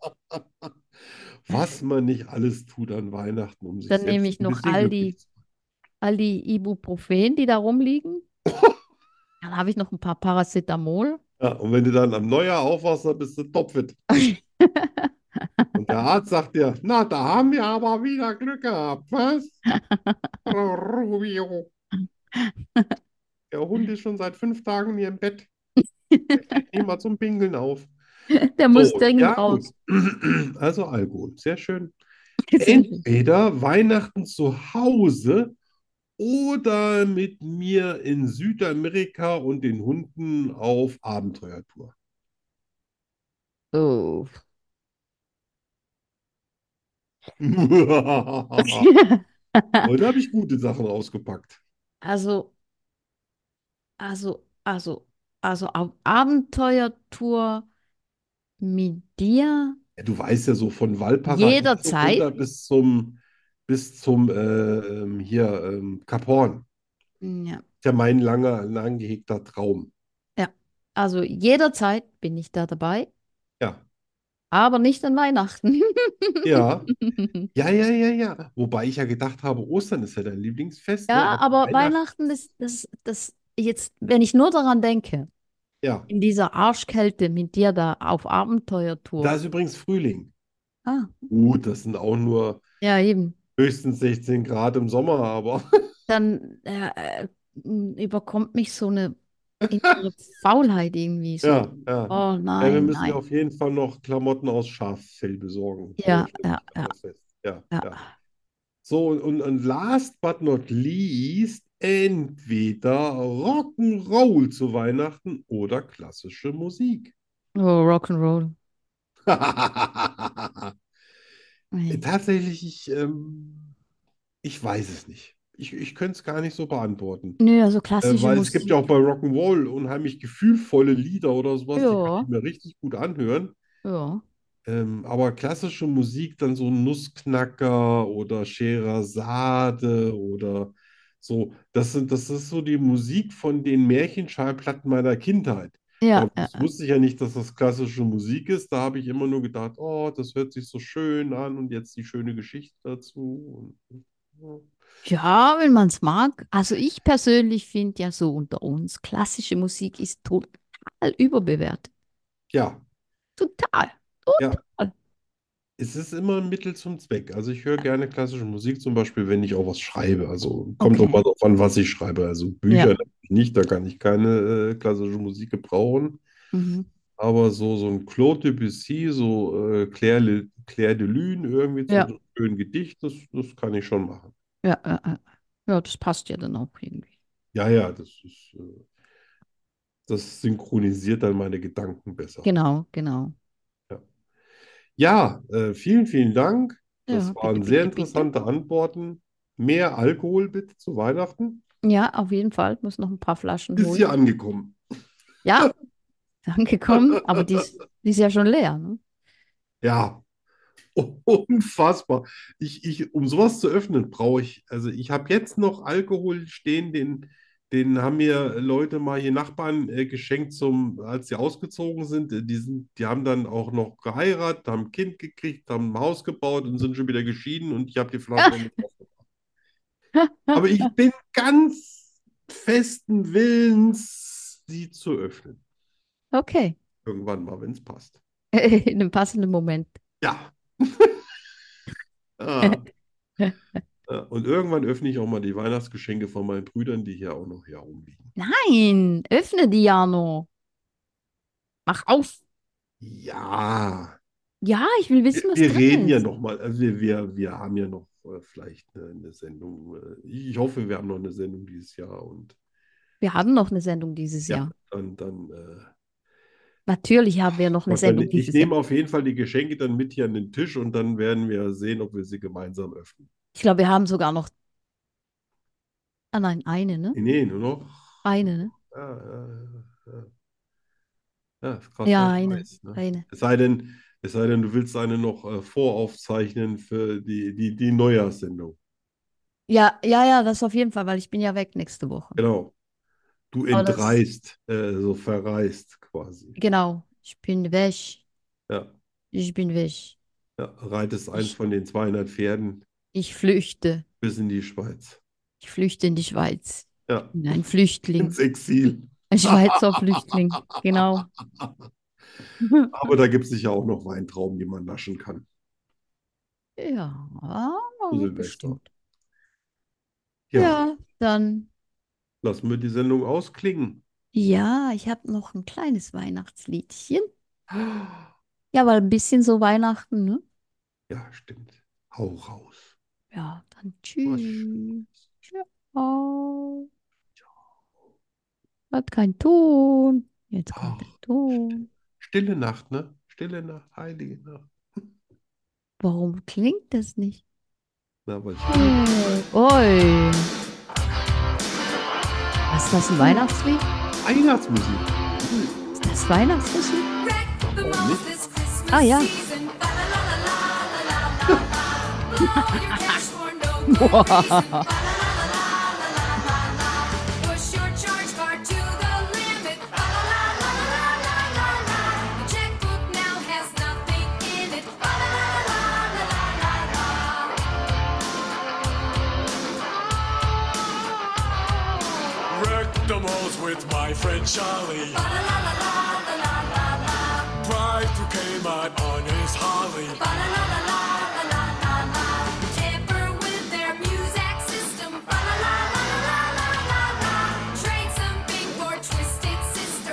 Was man nicht alles tut an Weihnachten, um sich Dann nehme selbst ich ein noch bisschen all glücklich die, zu all die Ibuprofen, die da rumliegen. machen. Dann habe ich noch ein paar Paracetamol. Ja, und wenn du dann am Neujahr aufwachst, dann bist du topfit. Und der Arzt sagt dir, na, da haben wir aber wieder Glück gehabt, was? Frau Rubio, der Hund ist schon seit fünf Tagen hier im Bett. Der steht nie mal zum Pinkeln auf. Der muss So, dringend ja gut. raus. Also Alkohol, sehr schön. Sehr schön. Entweder Weihnachten zu Hause oder mit mir in Südamerika und den Hunden auf Abenteuertour. Oh. Heute habe ich gute Sachen ausgepackt. Also, also, also, also auf Abenteuertour mit dir Ja, du weißt ja so von Valparaiso jederzeit. runter bis zum, bis zum äh, ähm, hier ähm, Cap Horn. Ja, Ist ja mein langer, lang gehegter Traum. ja. Also jederzeit bin ich da dabei, Ja, aber nicht an Weihnachten. ja, ja, ja, ja, ja. Wobei ich ja gedacht habe, Ostern ist ja dein Lieblingsfest, ne? Ja, Aber aber Weihnachten, Weihnachten ist das, das jetzt, wenn ich nur daran denke, ja. in dieser Arschkälte mit dir da auf Da Abenteuertour. ist übrigens Frühling. Ah, Gut, das sind auch nur ja, eben. höchstens sechzehn Grad im Sommer, aber Dann äh, äh, überkommt mich so eine innere Faulheit irgendwie so. ja, ja. Oh Ja, wir nein, müssen dir nein. auf jeden Fall noch Klamotten aus Schaffell besorgen. So Ja, stelle ja, ich das ja, auch fest. Ja, ja. ja. So, und, und last but not least, entweder Rock'n'Roll zu Weihnachten oder klassische Musik. Oh, Rock'n'Roll. Nee. Tatsächlich, ich, ähm, ich weiß es nicht. Ich, ich könnte es gar nicht so beantworten. Nö, also Äh, klassische weil es gibt ja auch Musik. bei Rock'n'Roll unheimlich gefühlvolle Lieder oder sowas, die kann ich Ja, mir richtig gut anhören. ja. Ähm, aber klassische Musik, dann so Nussknacker oder Scheherazade oder so, das sind, das ist so die Musik von den Märchenschallplatten meiner Kindheit. Ja, ja, Damals wusste ich ja nicht, dass das klassische Musik ist. Da habe ich immer nur gedacht, oh, das hört sich so schön an und jetzt die schöne Geschichte dazu. Und, ja. ja, wenn man es mag. Also ich persönlich finde ja so unter uns, klassische Musik ist total überbewertet. Ja, Total. ja. Total. Es ist immer ein Mittel zum Zweck. Also ich höre gerne klassische Musik, zum Beispiel, wenn ich auch was schreibe. Also kommt auch mal Okay. drauf an, was ich schreibe. Also Bücher Ja. natürlich nicht, da kann ich keine äh, klassische Musik gebrauchen. Mhm. Aber so, so ein Claude Debussy, so äh, Clair, Le- Clair de Lune, irgendwie so Ja. ein schönes Gedicht, das, das kann ich schon machen. Ja, ja, ja. Ja, das passt ja dann auch irgendwie. Ja, ja, das ist, äh, das synchronisiert dann meine Gedanken besser. Genau, genau. Ja, ja äh, vielen, vielen Dank. Ja, Das bitte, waren sehr bitte, bitte. interessante Antworten. Mehr Alkohol bitte zu Weihnachten. Ja, auf jeden Fall. Muss noch ein paar Flaschen Ist hier holen. angekommen. Ja, ist angekommen, aber die ist, die ist ja schon leer, ne? Ja, unfassbar. Ich, ich, um sowas zu öffnen, brauche ich, also ich habe jetzt noch Alkohol stehen, den, den haben mir Leute mal hier Nachbarn äh, geschenkt, zum, als sie ausgezogen sind. Äh, Die sind, die haben dann auch noch geheiratet, haben ein Kind gekriegt, haben ein Haus gebaut und sind schon wieder geschieden und ich habe die Flasche noch mit aufgebracht. Aber ich bin ganz festen Willens, sie zu öffnen. Okay. Irgendwann mal, wenn es passt. In einem passenden Moment. Ja. Ah. Ja, und irgendwann öffne ich auch mal die Weihnachtsgeschenke von meinen Brüdern, die hier auch noch hier rumliegen. Nein, öffne die, Jano. Mach auf. Ja, Ja, ich will wir, wissen, was wir drin reden ja ist. noch mal. Also wir, wir, wir haben ja noch äh, vielleicht eine, eine Sendung. Äh, ich hoffe, wir haben noch eine Sendung dieses Jahr. Und Wir haben noch eine Sendung dieses ja, Jahr. dann, dann, äh, Natürlich haben wir noch eine Gott, dann Sendung ich dieses Jahr. nehme auf jeden Fall die Geschenke dann mit hier an den Tisch und dann werden wir sehen, ob wir sie gemeinsam öffnen. Ich glaube, wir haben sogar noch. Ah nein, eine, ne? Nee, nur noch. Eine, ne? Ja, ja, ja, ja, ist gerade Ja, ganz eine. heiß, ne? Eine. Es sei denn, es sei denn, du willst eine noch äh, voraufzeichnen für die, die, die Neujahrssendung. Ja, ja, ja, das auf jeden Fall, weil ich bin ja weg nächste Woche. Genau. Du Aber das, entreist, äh, so verreist quasi. genau. Ich bin weg. Ja, Ich bin weg. ja, reitest eins Ich, von den zweihundert Pferden ich flüchte. bis in die Schweiz. Ich flüchte in die Schweiz. Ich Ja, bin ein Flüchtling. ins Exil. Ein Schweizer Flüchtling. Genau. Aber da gibt es sicher auch noch Weintrauben, die man naschen kann. Ja, Zu Silvester. bestimmt. Ja, Ja, dann. lassen wir die Sendung ausklingen. Ja, ich habe noch ein kleines Weihnachtsliedchen. Ja, weil ein bisschen so Weihnachten, ne? Ja, stimmt. Hau raus. Ja, dann Was tschüss. Schönes. Ciao. Hat kein Ton. Jetzt kommt der Ach, Ton. stille Nacht, ne? Stille Nacht, heilige Nacht. Warum klingt das nicht? Na, weil ich Äh, Oi. Was ist das, ein Weihnachtslied? Weihnachtsmusik. Ist das Weihnachtsmusik? Warum nicht? Ah ja. Wreck the most with my friend Charlie. Bride who came out on his Harley. Tamper with their music system. Trade something for Twisted Sister.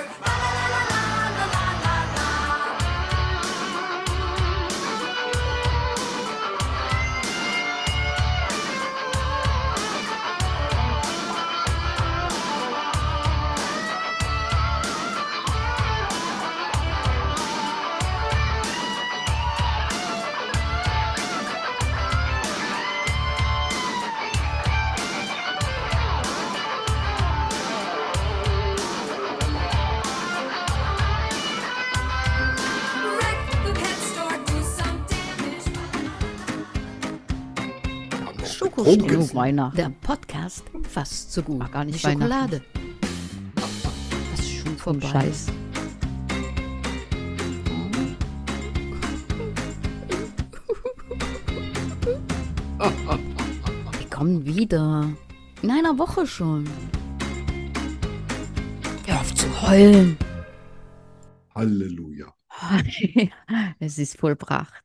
Schokostreusel. Genug Weihnachten. Der Podcast fast so gut. War gar nicht wie Schokolade. Das ist schon Vorbei. Scheiß. Die kommen wieder. In einer Woche schon. Hör auf zu heulen. Halleluja. Es ist vollbracht.